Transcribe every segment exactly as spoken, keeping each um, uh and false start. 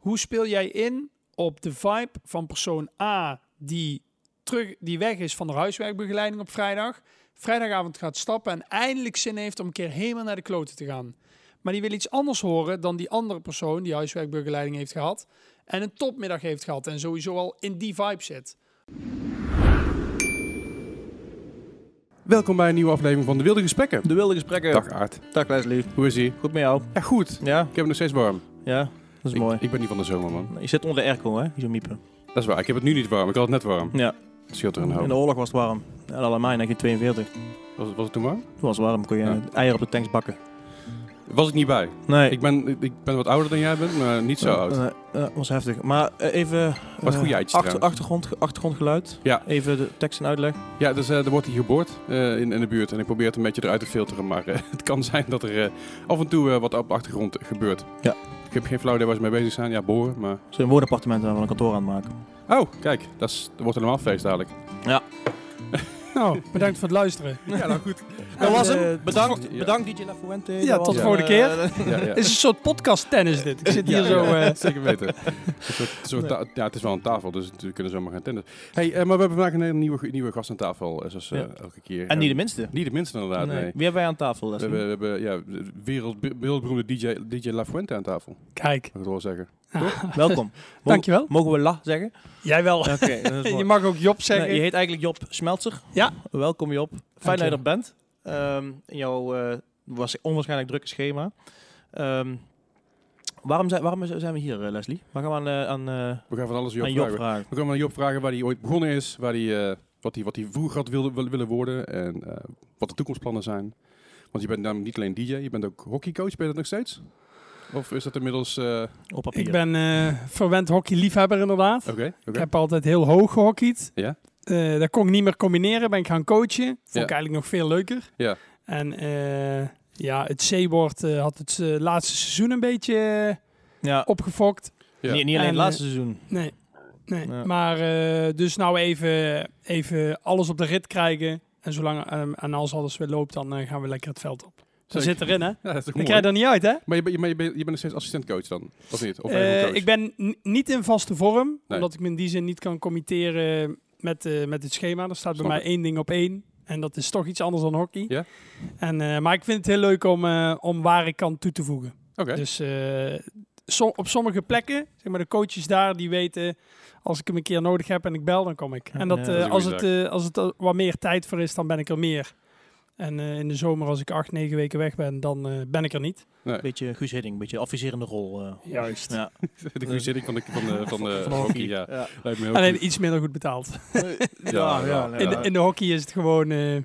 hoe speel jij in op de vibe van persoon A die, terug, die weg is van de huiswerkbegeleiding op vrijdag, vrijdagavond gaat stappen en eindelijk zin heeft om een keer helemaal naar de kloten te gaan. Maar die wil iets anders horen dan die andere persoon die huiswerkbegeleiding heeft gehad en een topmiddag heeft gehad en sowieso al in die vibe zit. Welkom bij een nieuwe aflevering van De Wilde Gesprekken. De Wilde Gesprekken. Dag Aart. Dag Leslie. Hoe is ie? Goed met jou? Ja, goed. Ja? Ik heb het nog steeds warm. Ja, dat is ik, mooi. Ik ben niet van de zomer, man. Je zit onder de airco, hè? Niet zo miepen. Dat is waar. Ik heb het nu niet warm. Ik had het net warm. Ja. Scheelt er een hoop. In de oorlog was het warm. En allemaal in negentien tweeënveertig. Was, was het toen warm? Toen was het warm. Kon je Ja. eieren op de tanks bakken. Was ik niet bij. Nee. Ik ben, ik ben wat ouder dan jij bent, maar niet zo Ja, oud. uh, uh, was heftig. Maar uh, even... Wat uh, goede eitjes achter, achtergrond, achtergrondgeluid. Ja. Even de tekst en uitleg. Ja, dus uh, er wordt hier geboord uh, in, in de buurt. En ik probeer het een beetje eruit te filteren. Maar uh, het kan zijn dat er uh, af en toe uh, wat op de achtergrond gebeurt. Ja. Ik heb geen flauw idee waar ze mee bezig zijn. Ja, boren, maar... Ze een woonappartement van een kantoor aan het maken. Oh, kijk. Dat, is, dat wordt helemaal feest dadelijk. Ja. Nou, bedankt voor het luisteren. Ja, nou goed. Dat was hem. Uh, bedankt, ja. bedankt D J La Fuente. Ja, Dat tot was de hem. volgende keer. Uh, Ja, ja. Het is een soort podcast tennis dit. Ik zit hier Ja, zo... ja, Uh, zeker weten. Een soort, een soort ta- ja, het is wel een tafel, dus we kunnen zomaar gaan tennis. Hey, uh, maar we hebben vandaag een hele nieuwe, nieuwe gast aan tafel, uh, zoals uh, Ja. elke keer. En niet de minste. Niet de minste inderdaad, nee. Nee. Wie hebben wij aan tafel, We Leslie? hebben, we hebben ja, de wereld, wereldberoemde D J, D J La Fuente aan tafel. kijk. Mag ik het wel zeggen. Welkom. Mogen- Dankjewel. Mogen we La zeggen? Jij wel. Oké. Okay, Je mag ook Job zeggen. Nee, je heet eigenlijk Job Smeltzer. Ja. Welkom Job. Fijn dat je Dankjewel. er bent. Um, in jouw uh, was onwaarschijnlijk drukke schema. Um, waarom, zijn, waarom zijn we hier, uh, Leslie? Waar gaan we aan, uh, aan, uh, We gaan van alles Job, aan Job vragen. vragen? We gaan aan Job vragen waar hij ooit begonnen is, waar hij, uh, wat hij wat hij vroeger had wilde, wil- willen worden en uh, wat de toekomstplannen zijn. Want je bent namelijk niet alleen D J, je bent ook hockeycoach. Ben je dat nog steeds? Of is dat inmiddels... Uh... Op papier. Ik ben uh, verwend hockeyliefhebber inderdaad. Oké, okay, Ik oké. heb altijd heel hoog gehockeyd. Ja? Uh, dat kon ik niet meer combineren. Ben ik gaan coachen. Vond Ja. ik eigenlijk nog veel leuker. Ja. En uh, ja, het C-woord uh, had het uh, laatste seizoen een beetje uh, Ja. opgefokt. Ja. Niet, niet alleen En, het laatste seizoen. Nee. nee. Ja. Maar uh, dus nou even, even alles op de rit krijgen. En zolang um, en als alles weer loopt, dan uh, gaan we lekker het veld op. Dat Zeker. zit erin, hè? Ja, dat is toch Dan mooi. krijg je er niet uit, hè? Maar je, ben- je, ben- je, ben- je bent nog steeds assistentcoach dan? Of niet? Of Uh, helemaal coach? ik ben n- niet in vaste vorm, Nee. omdat ik me in die zin niet kan committeren met, uh, met het schema. Er staat Snap bij ik. mij één ding op één. En dat is toch iets anders dan hockey. Ja? En, uh, maar ik vind het heel leuk om, uh, om waar ik kan toe te voegen. Oké. Dus uh, so- op sommige plekken, zeg maar de coaches daar, die weten... Als ik hem een keer nodig heb en ik bel, dan kom ik. En dat, Ja, uh, dat is een als, goede het, uh, als het uh, wat meer tijd voor is, dan ben ik er meer. En uh, in de zomer, als ik acht, negen weken weg ben, dan uh, ben ik er niet. Nee. Beetje Guus Hiddink, een beetje adviserende rol. Uh. Juist. Ja. De goede zitting van de, van de, van de, Van hockey, hockey. ja. Ja. Lijkt me heel Alleen goed. iets minder goed betaald. Ja, ja. nee, In, de, ja. in de hockey is het gewoon uh,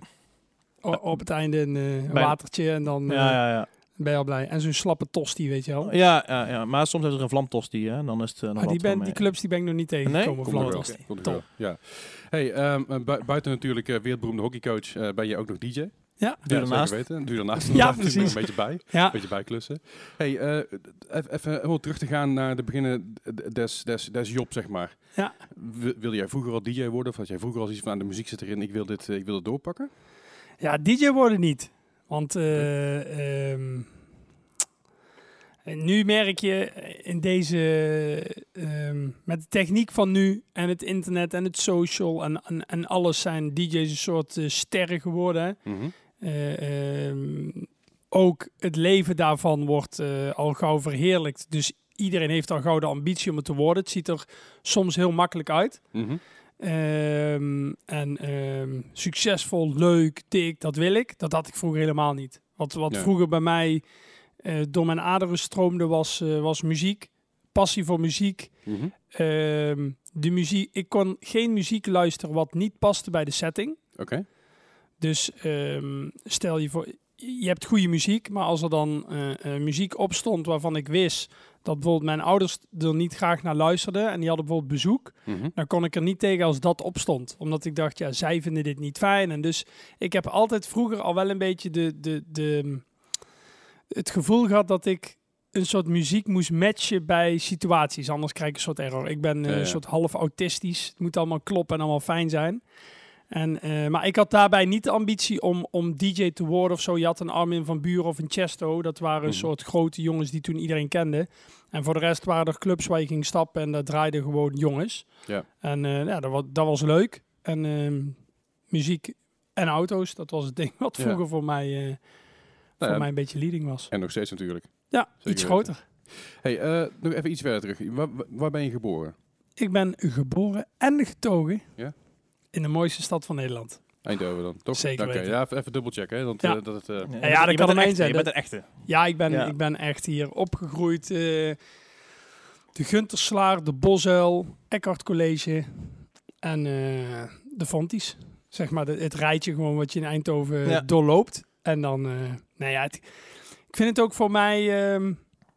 o- op het einde een uh, Bij- watertje en dan uh, Ja, ja, ja. ben je al blij. En zo'n slappe tosti, weet je wel. Ja, ja, ja, maar soms is er een vlamtosti, hè? Dan is het uh, nog Maar die, wat ben, van die mee. clubs die ben ik nog niet tegengekomen. Nee? Komt er wel. Vlamtosti. Komt er Top. wel. Ja. Hey, um, bu- buiten natuurlijk uh, wereldberoemde hockeycoach, uh, ben je ook nog D J? Ja. Doe Ja, ernaast. zeker weten. Doe ernaast. Ja, inderdaad. precies. Een beetje bij. Ja. Een beetje bijklussen. Hey, uh, even, even helemaal terug te gaan naar de beginnen des, des, des Job, zeg maar. Ja. Wil, wilde jij vroeger al D J worden? Of had jij vroeger al iets van, aan de muziek zit erin, ik wil dit, uh, ik wil het doorpakken? Ja, D J worden niet. Want uh, um, nu merk je in deze, um, met de techniek van nu en het internet en het social en, en, en alles zijn D J's een soort uh, sterren geworden. Hè? Mm-hmm. Uh, um, ook het leven daarvan wordt uh, al gauw verheerlijkt. Dus iedereen heeft al gauw de ambitie om het te worden. Het ziet er soms heel makkelijk uit. Mm-hmm. Um, en um, succesvol, leuk, dik, dat wil ik. Dat had ik vroeger helemaal niet. Wat, wat Ja. vroeger bij mij uh, door mijn aderen stroomde was, uh, was muziek. Passie voor muziek. Mm-hmm. Um, de muziek. Ik kon geen muziek luisteren wat niet paste bij de setting. Oké. Okay. Dus um, stel je voor, je hebt goede muziek, maar als er dan uh, uh, muziek opstond waarvan ik wist dat bijvoorbeeld mijn ouders er niet graag naar luisterden en die hadden bijvoorbeeld bezoek, Mm-hmm. dan kon ik er niet tegen als dat opstond. Omdat ik dacht, ja, zij vinden dit niet fijn. En dus ik heb altijd vroeger al wel een beetje de, de, de, het gevoel gehad dat ik een soort muziek moest matchen bij situaties. Anders krijg ik een soort error. Ik ben uh, ja, ja. een soort half autistisch. Het moet allemaal kloppen en allemaal fijn zijn. En, uh, maar ik had daarbij niet de ambitie om, om D J te worden of zo. Je had een Armin van Buuren of een Chesto. Dat waren een Mm-hmm. soort grote jongens die toen iedereen kende. En voor de rest waren er clubs waar je ging stappen en daar draaiden gewoon jongens. Ja. En uh, ja, dat was, dat was leuk. En uh, muziek en auto's, dat was het ding wat vroeger ja. voor mij... Uh, voor ja, mij een beetje leading was. En nog steeds natuurlijk. Ja, Zeker iets groter. Hey, uh, nog even iets verder terug. Waar, waar ben je geboren? Ik ben geboren en getogen ja? in de mooiste stad van Nederland. Eindhoven dan, toch? Zeker okay. weten. Ja, even, even dubbelchecken. Hè, want, ja. uh, dat het, uh... ja, ja, dat kan er één zijn. Je bent een echte. Ja, ik ben, ja. ik ben echt hier opgegroeid. Uh, de Gunterslaar, de Bosuil, Eckhart College en uh, de Fonties. Zeg maar de, het rijtje gewoon wat je in Eindhoven ja. doorloopt. En dan, uh, nou ja, het, ik vind het ook voor mij... Um,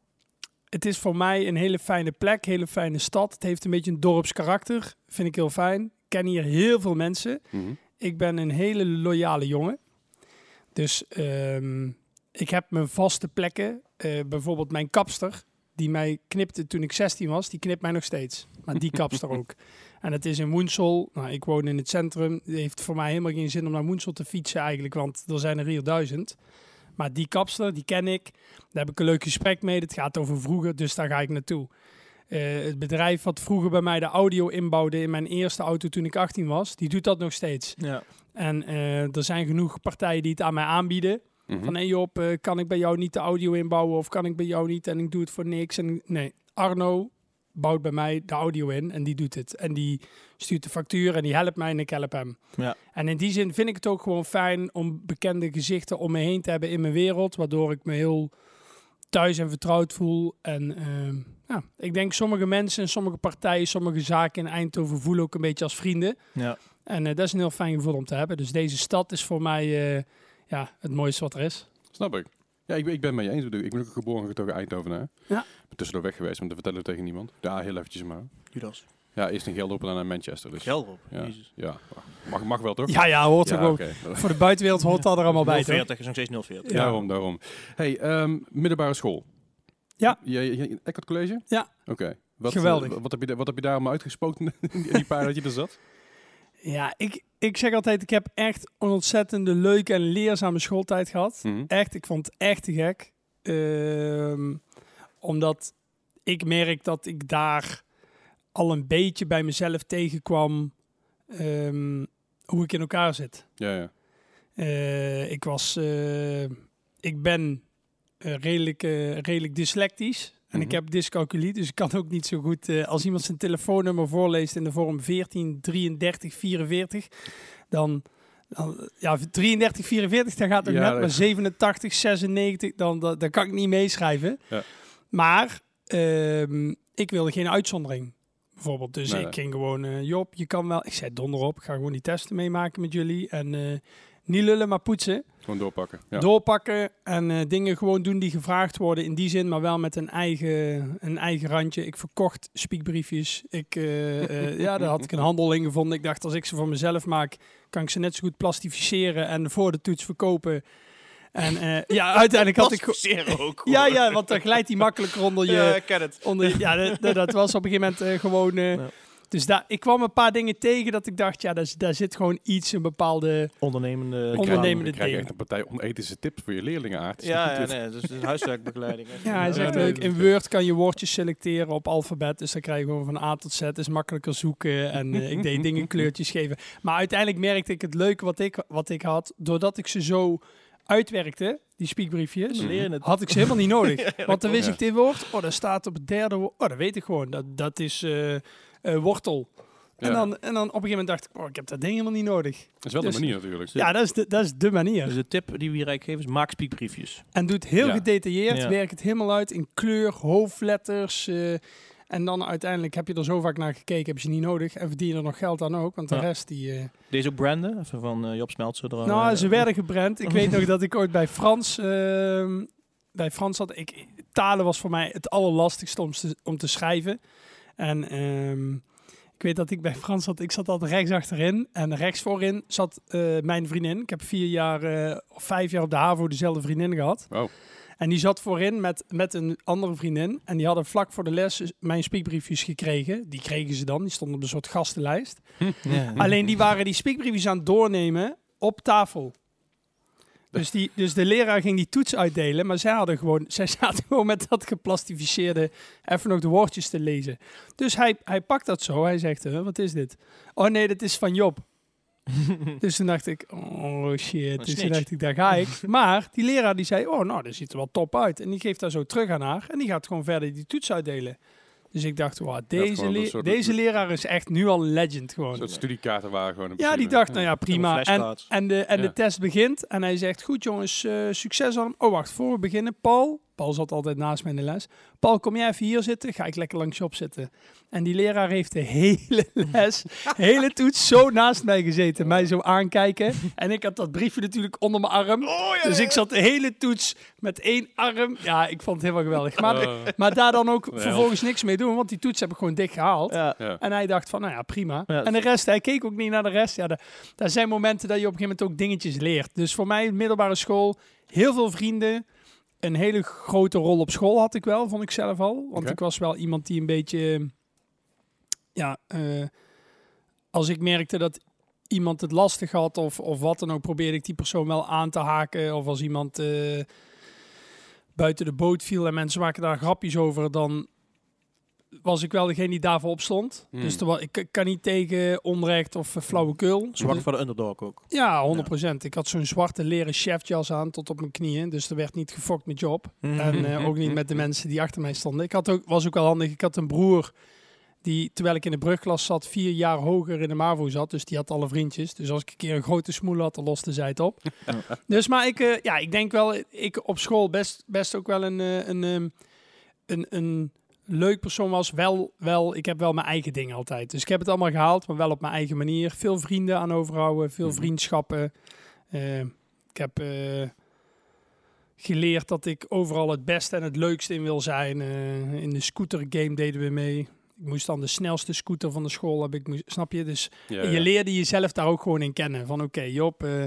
het is voor mij een hele fijne plek, hele fijne stad. Het heeft een beetje een dorpskarakter. Vind ik heel fijn. Ik ken hier heel veel mensen. Mm-hmm. Ik ben een hele loyale jongen. Dus um, ik heb mijn vaste plekken. Uh, bijvoorbeeld mijn kapster, die mij knipte toen ik zestien was, die knipt mij nog steeds. Maar die kapster ook. En het is in Woensel. Nou, ik woon in het centrum. Het heeft voor mij helemaal geen zin om naar Woensel te fietsen eigenlijk, want er zijn er hier duizend. Maar die kapster, die ken ik. Daar heb ik een leuk gesprek mee. Het gaat over vroeger, dus daar ga ik naartoe. Uh, het bedrijf wat vroeger bij mij de audio inbouwde in mijn eerste auto toen ik achttien was, die doet dat nog steeds. Ja. En uh, er zijn genoeg partijen die het aan mij aanbieden. Mm-hmm. Van, hé hey Job, uh, kan ik bij jou niet de audio inbouwen of kan ik bij jou niet en ik doe het voor niks. En, nee, Arno bouwt bij mij de audio in en die doet het. En die stuurt de factuur en die helpt mij en ik help hem. Ja. En in die zin vind ik het ook gewoon fijn om bekende gezichten om me heen te hebben in mijn wereld, waardoor ik me heel thuis en vertrouwd voel. En uh, ja, ik denk sommige mensen en sommige partijen, sommige zaken in Eindhoven voelen ook een beetje als vrienden. Ja. En uh, dat is een heel fijn gevoel om te hebben. Dus deze stad is voor mij uh, ja, het mooiste wat er is. Snap ik. Ja, ik ben, ik ben met je eens. Ik ben ook geboren en getogen Eindhoven. Ja. Ik ben tussendoor weg geweest, want te vertellen tegen niemand. Ja, heel eventjes maar. Judas. Ja, eerst in Gelderop en dan naar Manchester. Dus. Gelderop? Ja. ja. Mag, mag wel, toch? Ja, ja, hoort er ja, gewoon. Okay. Voor de buitenwereld hoort dat er allemaal bij, nul veertig is nog steeds nul veertig. Ja. Daarom, daarom. Hey, um, middelbare school. Ja. Je, je, Eckhart College? Ja. Oké. Okay. Wat, geweldig. Uh, wat, heb je, wat heb je daar allemaal uitgespoten in die paar dat je er zat? Ja, ik, ik zeg altijd, ik heb echt een ontzettende leuke en leerzame schooltijd gehad. Mm-hmm. Echt, ik vond het echt te gek. Um, omdat ik merk dat ik daar al een beetje bij mezelf tegenkwam um, hoe ik in elkaar zit. Ja, ja. Uh, ik was, uh, ik ben uh, redelijk, uh, redelijk dyslectisch. En mm-hmm. ik heb dyscalculie, dus ik kan ook niet zo goed... Uh, als iemand zijn telefoonnummer voorleest in de vorm veertien drieëndertig vierenveertig... dan... dan ja, drieëndertig vierenveertig, dan gaat het ja, net. Maar zevenentachtig zesennegentig, dan, dan, dan kan ik niet meeschrijven. Ja. Maar uh, ik wilde geen uitzondering, bijvoorbeeld. Dus nee, ik ging gewoon... Uh, Job, je kan wel... Ik zei, donder op, ik ga gewoon die testen meemaken met jullie. En uh, niet lullen, maar poetsen. Gewoon doorpakken. Ja. Doorpakken en uh, dingen gewoon doen die gevraagd worden in die zin, maar wel met een eigen, een eigen randje. Ik verkocht spiekbriefjes. Ik, uh, uh, ja, daar had ik een handel in gevonden. Ik dacht, als ik ze voor mezelf maak, kan ik ze net zo goed plastificeren en voor de toets verkopen. En uh, ja, uiteindelijk had ik... Plastificeren ook. Ja, ja, want dan glijdt die makkelijker onder je... Ja, ik ken het. Onder, ja, dat, dat, dat was op een gegeven moment uh, gewoon... Uh, ja. Dus daar, ik kwam een paar dingen tegen dat ik dacht, ja, daar, daar zit gewoon iets, een bepaalde ondernemende, ondernemende ding. Je krijgt echt een partij onethische tips voor je leerlingen, Aart. Ja, ja, nee, dus het is huiswerkbegeleiding. Ja, hij zegt leuk. In Word kan je woordjes selecteren op alfabet, dus dan krijg je gewoon van A tot Z. Het is makkelijker zoeken en uh, ik deed dingen kleurtjes geven. Maar uiteindelijk merkte ik het leuke wat ik, wat ik had, doordat ik ze zo uitwerkte, die spiekbriefjes, mm-hmm. had ik ze helemaal niet nodig. ja, Want dan wist ja. ik dit woord, oh, dat staat op het derde woord, oh, dat weet ik gewoon. Dat, dat is... Uh, Uh, wortel. Ja. En, dan, en dan op een gegeven moment dacht ik, oh, ik heb dat ding helemaal niet nodig. Dat is wel dus, de manier natuurlijk. Ja, dat is de, dat is de manier. Dus de tip die we hier eigenlijk geven is, maak spiekbriefjes. En doe het heel ja. gedetailleerd, ja. werk het helemaal uit in kleur, hoofdletters. Uh, en dan uiteindelijk heb je er zo vaak naar gekeken, heb je ze niet nodig. En verdien je er nog geld aan ook, want de ja. rest die... Uh... Deze ook branden? Even van uh, Job Smeltzer. Er nou, uh, ze werden gebrand. Ik weet nog dat ik ooit bij Frans... Uh, bij Frans had ik... Talen was voor mij het allerlastigste om te, om te schrijven. En... Um, Ik weet dat ik bij Frans zat, ik zat altijd rechts achterin en rechts voorin zat uh, mijn vriendin. Ik heb vier jaar uh, of vijf jaar op de HAVO dezelfde vriendin gehad. Oh. En die zat voorin met, met een andere vriendin en die hadden vlak voor de les mijn spiekbriefjes gekregen. Die kregen ze dan, die stonden op een soort gastenlijst. Ja. Alleen die waren die spiekbriefjes aan het doornemen op tafel. Dus, die, dus de leraar ging die toets uitdelen, maar zij hadden gewoon, zij zaten gewoon met dat geplastificeerde even nog de woordjes te lezen. Dus hij, hij pakt dat zo, hij zegt, huh, wat is dit? Oh nee, dat is van Job. Dus toen dacht ik, oh shit, dus toen dacht ik, daar ga ik. Maar die leraar die zei, oh nou, dat ziet er wel top uit. En die geeft daar zo terug aan haar en die gaat gewoon verder die toets uitdelen. Dus ik dacht, wow, deze, le- soort, deze leraar is echt nu al een legend gewoon. Een soort studiekaarten waren gewoon. In Ja, die dacht, nou ja, prima. En, en, de, en ja. de test begint en hij zegt, goed jongens, uh, succes aan hem. Oh, wacht, voor we beginnen, Paul. Paul zat altijd naast mij in de les. Paul, kom jij even hier zitten? Ga ik lekker langs je op zitten. En die leraar heeft de hele les, hele toets zo naast mij gezeten. Mij zo aankijken. En ik had dat briefje natuurlijk onder mijn arm. Oh, ja, dus ik zat de hele toets met één arm. Ja, ik vond het helemaal geweldig. Maar, uh, maar daar dan ook nee, vervolgens niks mee doen. Want die toets heb ik gewoon dik gehaald. Ja. Ja. En hij dacht van, nou ja, prima. Ja. En de rest, hij keek ook niet naar de rest. Ja, daar zijn momenten dat je op een gegeven moment ook dingetjes leert. Dus voor mij, middelbare school, heel veel vrienden. Een hele grote rol op school had ik wel, vond ik zelf al. Want okay. ik was wel iemand die een beetje... Ja, uh, als ik merkte dat iemand het lastig had of, of wat dan ook, probeerde ik die persoon wel aan te haken. Of als iemand uh, buiten de boot viel en mensen maken daar grapjes over, dan was ik wel degene die daarvoor opstond. Hmm. Dus er, ik, ik kan niet tegen onrecht of uh, flauwekul. Zwak dus, voor de underdog ook. Ja, honderd procent. Ja. Ik had zo'n zwarte leren chefjas aan tot op mijn knieën. Dus er werd niet gefokt met job. Mm-hmm. En uh, ook niet met de mensen die achter mij stonden. Ik had ook, was ook wel handig. Ik had een broer die, terwijl ik in de brugklas zat, vier jaar hoger in de MAVO zat. Dus die had alle vriendjes. Dus als ik een keer een grote smoel had, dan loste zij het op. Dus maar ik, uh, ja, ik denk wel, ik op school best, best ook wel een... Uh, een, um, een, een leuk persoon was. Wel, wel, ik heb wel mijn eigen dingen altijd. Dus ik heb het allemaal gehaald, maar wel op mijn eigen manier. Veel vrienden aan overhouden, veel mm-hmm. vriendschappen. Uh, ik heb uh, geleerd dat ik overal het beste en het leukste in wil zijn. Uh, in de scooter game deden we mee. Ik moest dan de snelste scooter van de school hebben. Ik moest, snap je? Dus ja, je ja. leerde jezelf daar ook gewoon in kennen. Van oké, okay, Job, uh,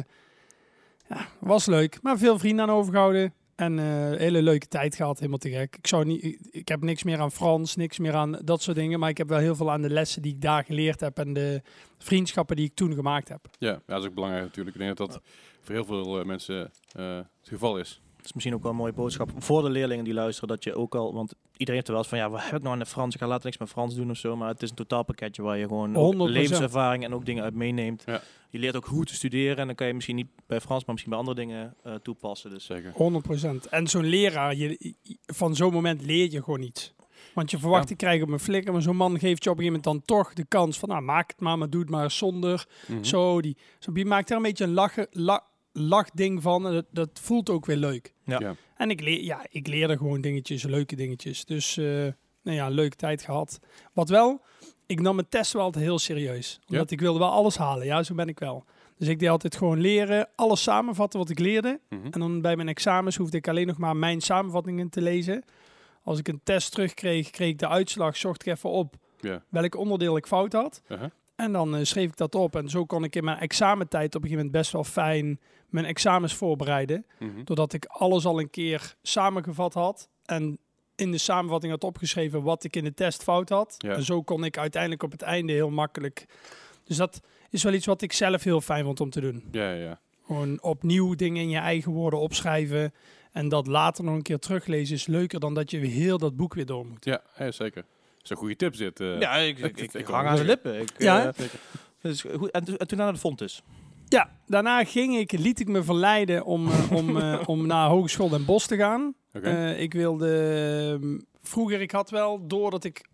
ja, was leuk. Maar veel vrienden aan overgehouden. En een uh, hele leuke tijd gehad, helemaal te gek. Ik, zou niet, ik, ik heb niks meer aan Frans, niks meer aan dat soort dingen. Maar ik heb wel heel veel aan de lessen die ik daar geleerd heb. En de vriendschappen die ik toen gemaakt heb. Ja, ja dat is ook belangrijk natuurlijk. Ik denk dat dat voor heel veel uh, mensen uh, het geval is. Dat is misschien ook wel een mooie boodschap voor de leerlingen die luisteren. Dat je ook al, want iedereen heeft er wel eens van, ja, wat heb ik nou aan de Frans? Ik ga later niks met Frans doen of zo. Maar het is een totaalpakketje waar je gewoon levenservaring en ook dingen uit meeneemt. Ja. Je leert ook hoe te studeren en dan kan je misschien niet bij Frans, maar misschien bij andere dingen uh, toepassen. Dus. Zeker. honderd procent. En zo'n leraar, je, van zo'n moment leer je gewoon iets. Want je verwacht, ja. ik krijg op mijn flikker, maar zo'n man geeft je op een gegeven moment dan toch de kans van, nou, maak het maar, maar doe het maar zonder. Mm-hmm. Zo, die, zo, die maakt er een beetje een lachen, la, lachding van en dat, dat voelt ook weer leuk. Ja. Ja. En ik, leer, ja, ik leerde gewoon dingetjes, leuke dingetjes. Dus, uh, nou ja, leuke tijd gehad. Wat wel... Ik nam mijn test wel altijd heel serieus. Omdat ja? ik wilde wel alles halen. Ja, zo ben ik wel. Dus ik deed altijd gewoon leren. Alles samenvatten wat ik leerde. Mm-hmm. En dan bij mijn examens hoefde ik alleen nog maar mijn samenvattingen te lezen. Als ik een test terugkreeg, kreeg ik de uitslag. Zocht ik even op yeah. welk onderdeel ik fout had. Uh-huh. En dan uh, schreef ik dat op. En zo kon ik in mijn examentijd op een gegeven moment best wel fijn mijn examens voorbereiden. Mm-hmm. Doordat ik alles al een keer samengevat had. En in de samenvatting had opgeschreven wat ik in de test fout had. Ja. En zo kon ik uiteindelijk op het einde heel makkelijk... Dus dat is wel iets wat ik zelf heel fijn vond om te doen. Ja, ja. Gewoon opnieuw dingen in je eigen woorden opschrijven. En dat later nog een keer teruglezen is leuker dan dat je heel dat boek weer door moet. Ja, ja zeker. Dat is een goede tip dit. Uh, ja, ik, ik, ik, ik hang aan zijn lippen. Ik, ja, uh, dus, en, en toen naar de Fontes. Ja, daarna ging ik, liet ik me verleiden om, uh, om, uh, om naar Hogeschool Den Bosch te gaan. Okay. Uh, ik wilde... Uh, vroeger, ik had wel door dat ik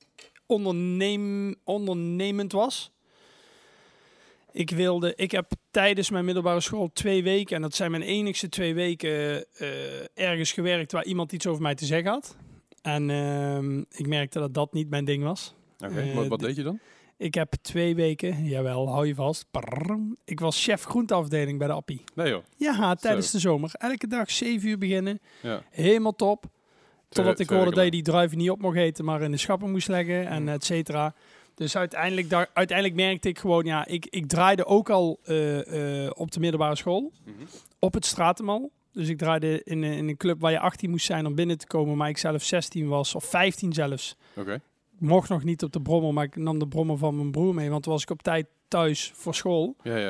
onderneem, ondernemend was. Ik wilde... Ik heb tijdens mijn middelbare school twee weken... en dat zijn mijn enigste twee weken... Uh, ergens gewerkt waar iemand iets over mij te zeggen had. En uh, ik merkte dat dat niet mijn ding was. Oké, okay. uh, wat, wat deed je dan? Ik heb twee weken, jawel, hou je vast. Prrr, ik was chef groenteafdeling bij de Appie. Nee joh. Ja, tijdens Zo. de zomer. Elke dag zeven uur beginnen. Ja. Helemaal top. Totdat ik hoorde dat je die druiven niet op mocht eten, maar in de schappen moest leggen en et cetera. Dus uiteindelijk, daar, uiteindelijk merkte ik gewoon, ja, ik, ik draaide ook al uh, uh, op de middelbare school. Mm-hmm. Op het Stratenmal. Dus ik draaide in, in een club waar je achttien moest zijn om binnen te komen, maar ik zelf zestien was, of vijftien zelfs. Oké. Okay. Mocht nog niet op de brommer, maar ik nam de brommer van mijn broer mee, want toen was ik op tijd thuis voor school. Ja, ja.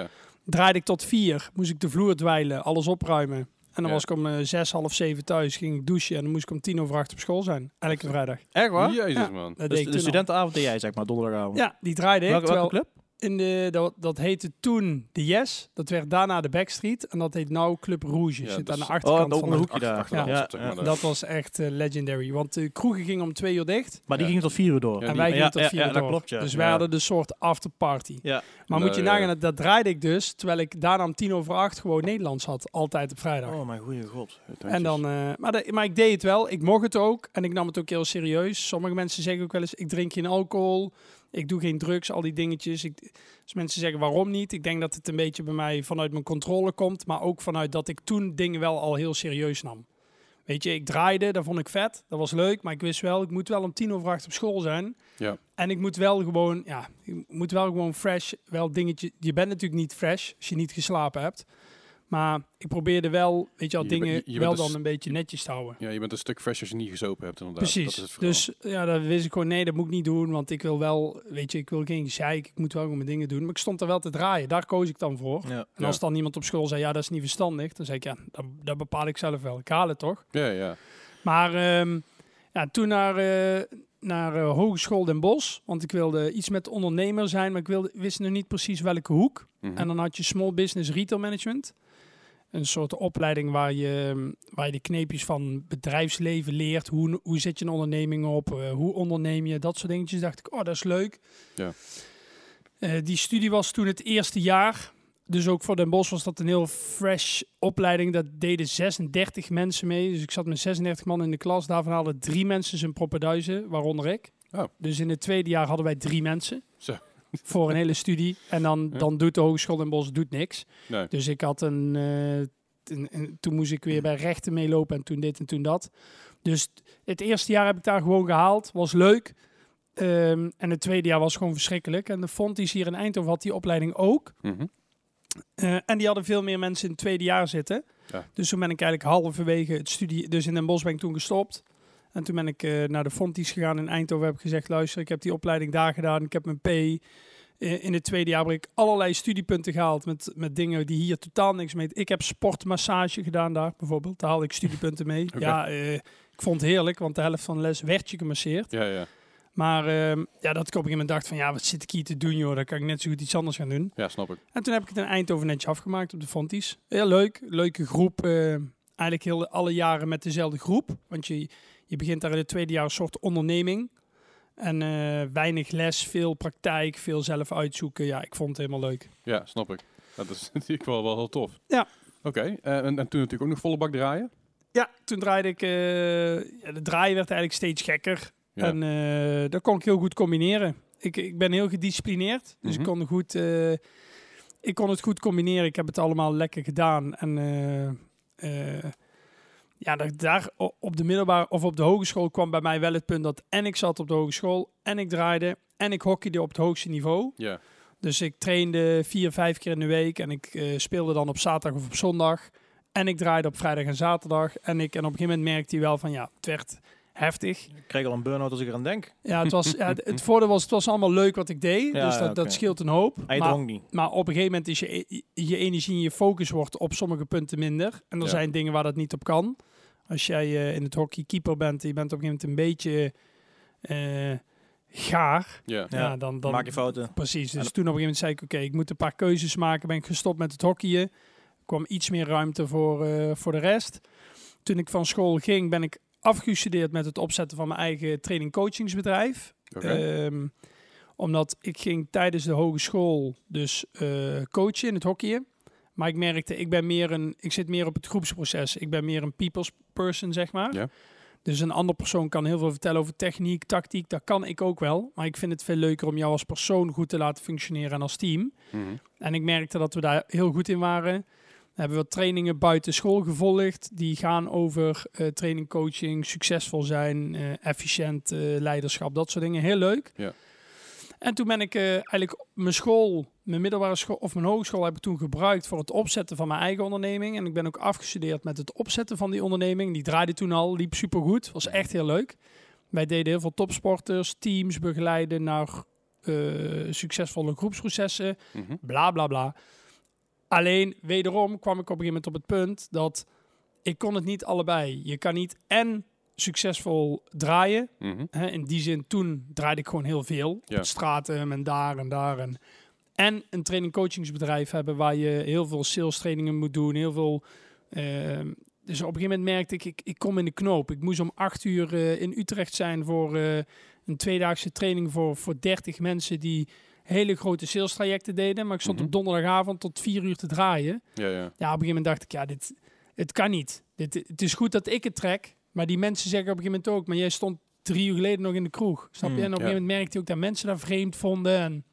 draaide ik tot vier. Moest ik de vloer dweilen, alles opruimen. En dan ja. was ik om uh, zes, half zeven thuis. Ging ik douchen en dan moest ik om tien over acht op school zijn. Elke vrijdag. Echt waar? Jezus, ja, man. Dat dus deed ik de studentavond deed jij, zeg maar, donderdagavond? Ja, die draaide ik. Welke, welke terwijl club? In de, dat, dat heette toen de Yes. Dat werd daarna de Backstreet. En dat heet nou Club Rouge. Ja, Zit dus aan de achterkant oh, van de de hoekje daar. Achter, ja. achter, Ja, zeg maar, Dat was echt uh, legendary. Want de kroegen gingen om twee uur dicht. Maar die ja. gingen tot vier uur door. Ja, en die, wij gingen ja, tot ja, vier ja, uur dat door. klopt, ja. Dus wij ja. hadden de soort afterparty. Ja. Maar nou, moet je ja. nagaan, dat, dat draaide ik dus. Terwijl ik daarna om tien over acht gewoon Nederlands had. Altijd op vrijdag. Oh, mijn goede god. En dan, uh, maar, de, maar ik deed het wel. Ik mocht het ook. En ik nam het ook heel serieus. Sommige mensen zeggen ook wel eens, ik drink geen alcohol. Ik doe geen drugs, al die dingetjes. Ik, als mensen zeggen waarom niet, ik denk dat het een beetje bij mij vanuit mijn controle komt, maar ook vanuit dat ik toen dingen wel al heel serieus nam. Weet je, ik draaide, dat vond ik vet, dat was leuk, maar ik wist wel, ik moet wel om tien over acht op school zijn. Ja. En ik moet wel gewoon, ja, ik moet wel gewoon fresh, wel dingetje. Je bent natuurlijk niet fresh als je niet geslapen hebt. Maar ik probeerde wel, weet je wel, Je dingen bent- je- je wel bent dan dus- een beetje netjes te houden. Ja, je bent een stuk fresh als je niet gezopen hebt, inderdaad. Precies. Dat is het verhaal. Dus ja, dan wist ik gewoon, nee, dat moet ik niet doen. Want ik wil wel, weet je, ik wil geen zeik. Ik moet wel gewoon mijn dingen doen. Maar ik stond er wel te draaien. Daar koos ik dan voor. Ja. En als dan iemand op school zei, ja, dat is niet verstandig. Dan zei ik, ja, dat, dat bepaal ik zelf wel. Ik haal het toch? Ja, ja. Maar ehm, ja, toen naar, uh, naar uh, Hogeschool Den Bosch. Want ik wilde iets met ondernemer zijn. Maar ik wilde, wist nog niet precies welke hoek. Mhm. En dan had je Small Business Retail Management. Een soort opleiding waar je, waar je de kneepjes van bedrijfsleven leert. Hoe, hoe zet je een onderneming op? Uh, hoe onderneem je? Dat soort dingetjes. Dacht ik, oh, dat is leuk. Ja. Uh, die studie was toen het eerste jaar. Dus ook voor Den Bosch was dat een heel fresh opleiding. Dat deden zesendertig mensen mee. Dus ik zat met zesendertig man in de klas. Daarvan hadden drie mensen zijn proppenduizen, waaronder ik. Oh. Dus in het tweede jaar hadden wij drie mensen. Zo. Voor een hele studie. En dan, Ja. dan doet de Hogeschool Den Bosch doet niks. Nee. Dus ik had een, uh, een, een... Toen moest ik weer bij rechten meelopen en toen dit en toen dat. Dus het eerste jaar heb ik daar gewoon gehaald. Was leuk. Um, en het tweede jaar was gewoon verschrikkelijk. En de Fontys hier in Eindhoven had die opleiding ook. Mhm. Uh, en die hadden veel meer mensen in het tweede jaar zitten. Ja. Dus toen ben ik eigenlijk halverwege het studie... Dus in Den Bosch ben ik toen gestopt. En toen ben ik uh, naar de Fontys gegaan in Eindhoven. Heb ik gezegd, luister, ik heb die opleiding daar gedaan. Ik heb mijn P. Uh, in het tweede jaar heb ik allerlei studiepunten gehaald met, met dingen die hier totaal niks mee... Ik heb sportmassage gedaan daar bijvoorbeeld. Daar haalde ik studiepunten mee. Okay. Ja, uh, ik vond het heerlijk, want de helft van de les werd je gemasseerd. Ja, ja. Maar uh, ja, dat ik op een gegeven moment dacht van... Ja, wat zit ik hier te doen, joh? Dan kan ik net zo goed iets anders gaan doen. Ja, snap ik. En toen heb ik het in Eindhoven netjes afgemaakt op de Fontys. Heel leuk. Leuke groep. Uh, eigenlijk heel alle jaren met dezelfde groep. Want je, je begint daar in het tweede jaar een soort onderneming. En uh, weinig les, veel praktijk, veel zelf uitzoeken. Ja, ik vond het helemaal leuk. Ja, snap ik. Dat is natuurlijk wel, wel heel tof. Ja. Oké. Okay. Uh, en, en toen natuurlijk ook nog volle bak draaien? Ja, toen draaide ik... Uh, ja, de draaien werd eigenlijk steeds gekker. Ja. En uh, dat kon ik heel goed combineren. Ik, ik ben heel gedisciplineerd. Dus mm-hmm. ik kon goed... Uh, ik kon het goed combineren. Ik heb het allemaal lekker gedaan. En... Uh, uh, Ja, dat, daar op de middelbare of op de hogeschool kwam bij mij wel het punt dat en ik zat op de hogeschool en ik draaide en ik hockeyde op het hoogste niveau. Yeah. Dus ik trainde vier, vijf keer in de week en ik uh, speelde dan op zaterdag of op zondag. En ik draaide op vrijdag en zaterdag. En, ik, en op een gegeven moment merkte hij wel van ja, het werd heftig. Ik kreeg al een burn-out als ik eraan denk. Ja, het, was, ja, het, het voordeel was, het was allemaal leuk wat ik deed. Ja, dus dat, okay. dat scheelt een hoop. Hij maar, dronk niet. Maar op een gegeven moment is je, je energie en je focus wordt op sommige punten minder. En er ja. zijn dingen waar dat niet op kan. Als jij uh, in het hockey keeper bent en je bent op een gegeven moment een beetje uh, gaar. Yeah. Ja, ja, dan, dan maak je fouten. Precies. Dus en toen op een gegeven moment zei ik, oké, okay, ik moet een paar keuzes maken. Ben ik gestopt met het hockeyen. Er kwam iets meer ruimte voor, uh, voor de rest. Toen ik van school ging, ben ik afgestudeerd met het opzetten van mijn eigen training-coachingsbedrijf. Okay. Um, omdat ik ging tijdens de hogeschool dus uh, coachen in het hockeyen. Maar ik merkte, ik ben meer een, ik zit meer op het groepsproces. Ik ben meer een people's person, zeg maar. Ja. Dus een andere persoon kan heel veel vertellen over techniek, tactiek. Dat kan ik ook wel. Maar ik vind het veel leuker om jou als persoon goed te laten functioneren en als team. Mm-hmm. En ik merkte dat we daar heel goed in waren. We hebben wat trainingen buiten school gevolgd. Die gaan over uh, training, coaching, succesvol zijn, uh, efficiënt uh, leiderschap, dat soort dingen. Heel leuk. Ja. En toen ben ik uh, eigenlijk mijn school, mijn middelbare school of mijn hogeschool heb ik toen gebruikt voor het opzetten van mijn eigen onderneming. En ik ben ook afgestudeerd met het opzetten van die onderneming. Die draaide toen al, liep supergoed. Was echt heel leuk. Wij deden heel veel topsporters, teams begeleiden naar uh, succesvolle groepsprocessen. Mm-hmm. Bla bla bla. Alleen, wederom kwam ik op een gegeven moment op het punt dat ik kon het niet allebei. Je kan niet en succesvol draaien. Mm-hmm. Hè, in die zin, toen draaide ik gewoon heel veel. Ja. Op straten en daar en daar. En, en een training coachingsbedrijf hebben waar je heel veel sales trainingen moet doen. Heel veel... Uh, dus op een gegeven moment merkte ik, ik, ik kom in de knoop. Ik moest om acht uur uh, in Utrecht zijn voor uh, een tweedaagse training voor, voor dertig mensen die hele grote sales trajecten deden. Maar ik stond mm-hmm. op donderdagavond tot vier uur te draaien. Ja, ja. ja, op een gegeven moment dacht ik, ja, dit, het kan niet. Dit, het is goed dat ik het trek. Maar die mensen zeggen op een gegeven moment ook, maar jij stond drie uur geleden nog in de kroeg. Snap je? Mm, en op een ja. gegeven moment merkte ik ook dat mensen daar vreemd vonden. En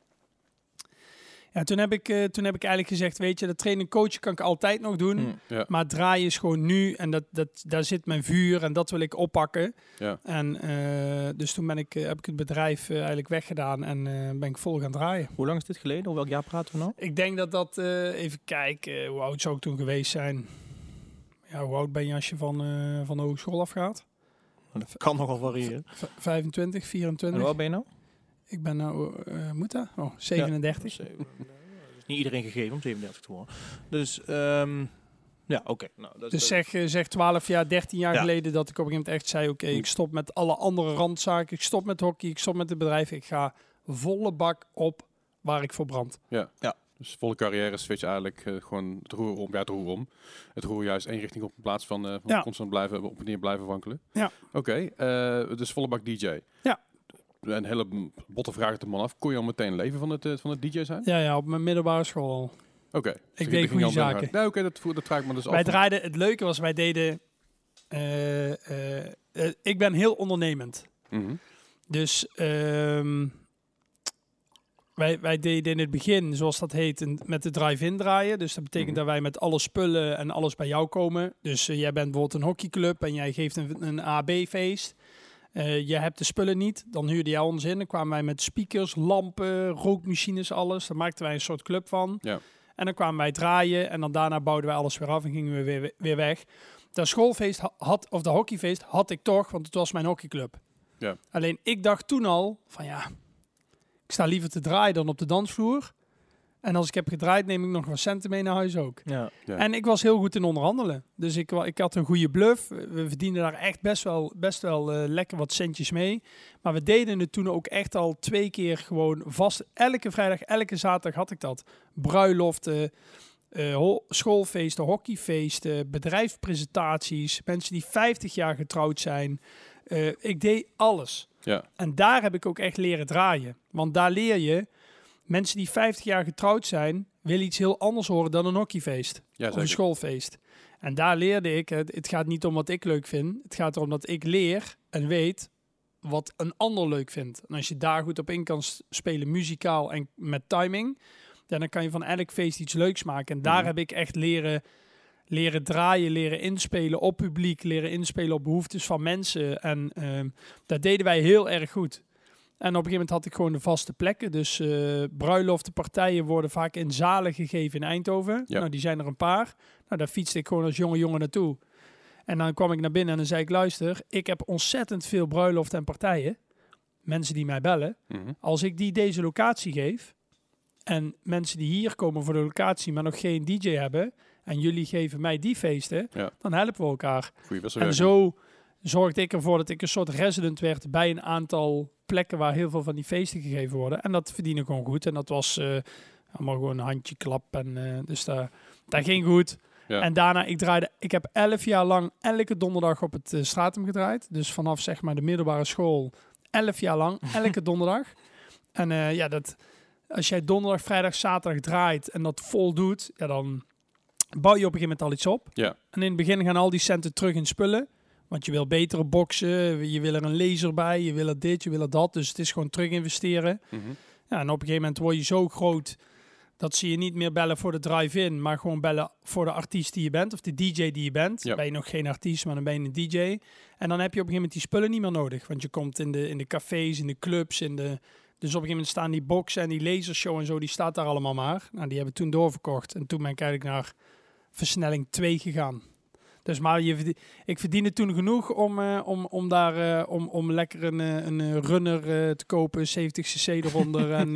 ja, toen heb ik, uh, toen heb ik eigenlijk gezegd, weet je, dat trainen en coachen kan ik altijd nog doen. Mm, ja. Maar draaien is gewoon nu. En dat, dat, daar zit mijn vuur en dat wil ik oppakken. Ja. En uh, dus toen ben ik, uh, heb ik het bedrijf uh, eigenlijk weggedaan en uh, ben ik vol gaan draaien. Hoe lang is dit geleden? Hoe welk jaar praten we nou? Ik denk dat dat, uh, even kijken, uh, hoe oud zou ik toen geweest zijn? Ja, hoe oud ben je als je van, uh, van de hogeschool afgaat? Dat kan nogal variëren. V- vijfentwintig, vierentwintig. En hoe oud ben je nou? Ik ben nou, uh, moet dat? Oh, zevenendertig. Ja, dat is niet iedereen gegeven om zevenendertig te worden. Dus, um, ja, oké. Okay. Nou, dat dus zeg, uh, zeg twaalf jaar, dertien jaar ja. geleden dat ik op een gegeven moment echt zei, oké, okay, ik stop met alle andere randzaken. Ik stop met hockey, ik stop met het bedrijf. Ik ga volle bak op waar ik voor brand. Ja, ja. Dus volle carrière switch eigenlijk uh, gewoon het roer om, ja, het roer om. Het roer juist één richting op in plaats van, uh, van ja. constant blijven op en neer blijven wankelen. Ja. Oké, okay, uh, dus volle bak D J. Ja. Een hele botte vraag uit de man af. Kon je al meteen leven van het, uh, van het D J zijn? Ja, ja, op mijn middelbare school al. Oké. Okay. Ik dus deed goede zaken. Nee, oké, okay, dat, dat vraag ik me dus af. Wij draaiden, het leuke was, wij deden... Uh, uh, uh, ik ben heel ondernemend. Mm-hmm. Dus... Um, Wij, wij deden in het begin, zoals dat heet, een, met de drive-in draaien. Dus dat betekent mm-hmm. dat wij met alle spullen en alles bij jou komen. Dus uh, jij bent bijvoorbeeld een hockeyclub en jij geeft een, een A B-feest. Uh, je hebt de spullen niet, dan huurde jij ons in. Dan kwamen wij met speakers, lampen, rookmachines, alles. Daar maakten wij een soort club van. Ja. En dan kwamen wij draaien en dan daarna bouwden wij alles weer af en gingen we weer, weer weg. Dat schoolfeest had, of de hockeyfeest had ik toch, want het was mijn hockeyclub. Ja. Alleen ik dacht toen al van ja... Ik sta liever te draaien dan op de dansvloer. En als ik heb gedraaid, neem ik nog wat centen mee naar huis ook. Ja. Ja. En ik was heel goed in onderhandelen. Dus ik, ik had een goede bluff. We verdienden daar echt best wel, best wel uh, lekker wat centjes mee. Maar we deden het toen ook echt al twee keer gewoon vast. Elke vrijdag, elke zaterdag had ik dat. Bruiloften, uh, ho- schoolfeesten, hockeyfeesten, bedrijfspresentaties. Mensen die vijftig jaar getrouwd zijn. Uh, ik deed alles. Ja. En daar heb ik ook echt leren draaien. Want daar leer je, mensen die vijftig jaar getrouwd zijn, willen iets heel anders horen dan een hockeyfeest. Ja, of een schoolfeest. En daar leerde ik, het, het gaat niet om wat ik leuk vind. Het gaat erom dat ik leer en weet wat een ander leuk vindt. En als je daar goed op in kan spelen, muzikaal en met timing, dan kan je van elk feest iets leuks maken. En daar mm-hmm. heb ik echt leren... leren draaien, leren inspelen op publiek, leren inspelen op behoeftes van mensen. En uh, dat deden wij heel erg goed. En op een gegeven moment had ik gewoon de vaste plekken. Dus uh, bruiloften, partijen worden vaak in zalen gegeven in Eindhoven. Ja. Nou, die zijn er een paar. Nou, daar fietste ik gewoon als jonge jongen naartoe. En dan kwam ik naar binnen en dan zei ik, luister, ik heb ontzettend veel bruiloften en partijen. Mensen die mij bellen. Mm-hmm. Als ik die deze locatie geef en mensen die hier komen voor de locatie, maar nog geen D J hebben, en jullie geven mij die feesten, ja. dan helpen we elkaar. Goeie en zo zorgde ik ervoor dat ik een soort resident werd bij een aantal plekken waar heel veel van die feesten gegeven worden. En dat verdiende gewoon goed. En dat was uh, allemaal gewoon een handje klap. En uh, dus daar, dat ging goed. Ja. En daarna, ik draaide, ik heb elf jaar lang elke donderdag op het uh, Stratum gedraaid. Dus vanaf zeg maar de middelbare school, elf jaar lang, elke donderdag. En uh, ja, dat, als jij donderdag, vrijdag, zaterdag draait en dat vol doet, ja, dan bouw je op een gegeven moment al iets op. Ja. En in het begin gaan al die centen terug in spullen. Want je wil betere boxen, je wil er een laser bij, je wil er dit, je wil er dat. Dus het is gewoon terug investeren. Mm-hmm. Ja, en op een gegeven moment word je zo groot dat ze je niet meer bellen voor de drive-in, maar gewoon bellen voor de artiest die je bent of de D J die je bent. Ja. Ben je nog geen artiest, maar dan ben je een D J. En dan heb je op een gegeven moment die spullen niet meer nodig. Want je komt in de, in de cafés, in de clubs, in de... Dus op een gegeven moment staan die boxen en die lasershow en zo, die staat daar allemaal maar. Nou, die hebben toen doorverkocht. En toen ben ik eigenlijk naar versnelling twee gegaan. Dus maar je verdien, ik verdiende toen genoeg om, uh, om, om daar uh, om, om lekker een, een runner uh, te kopen, zeventig cc eronder. en,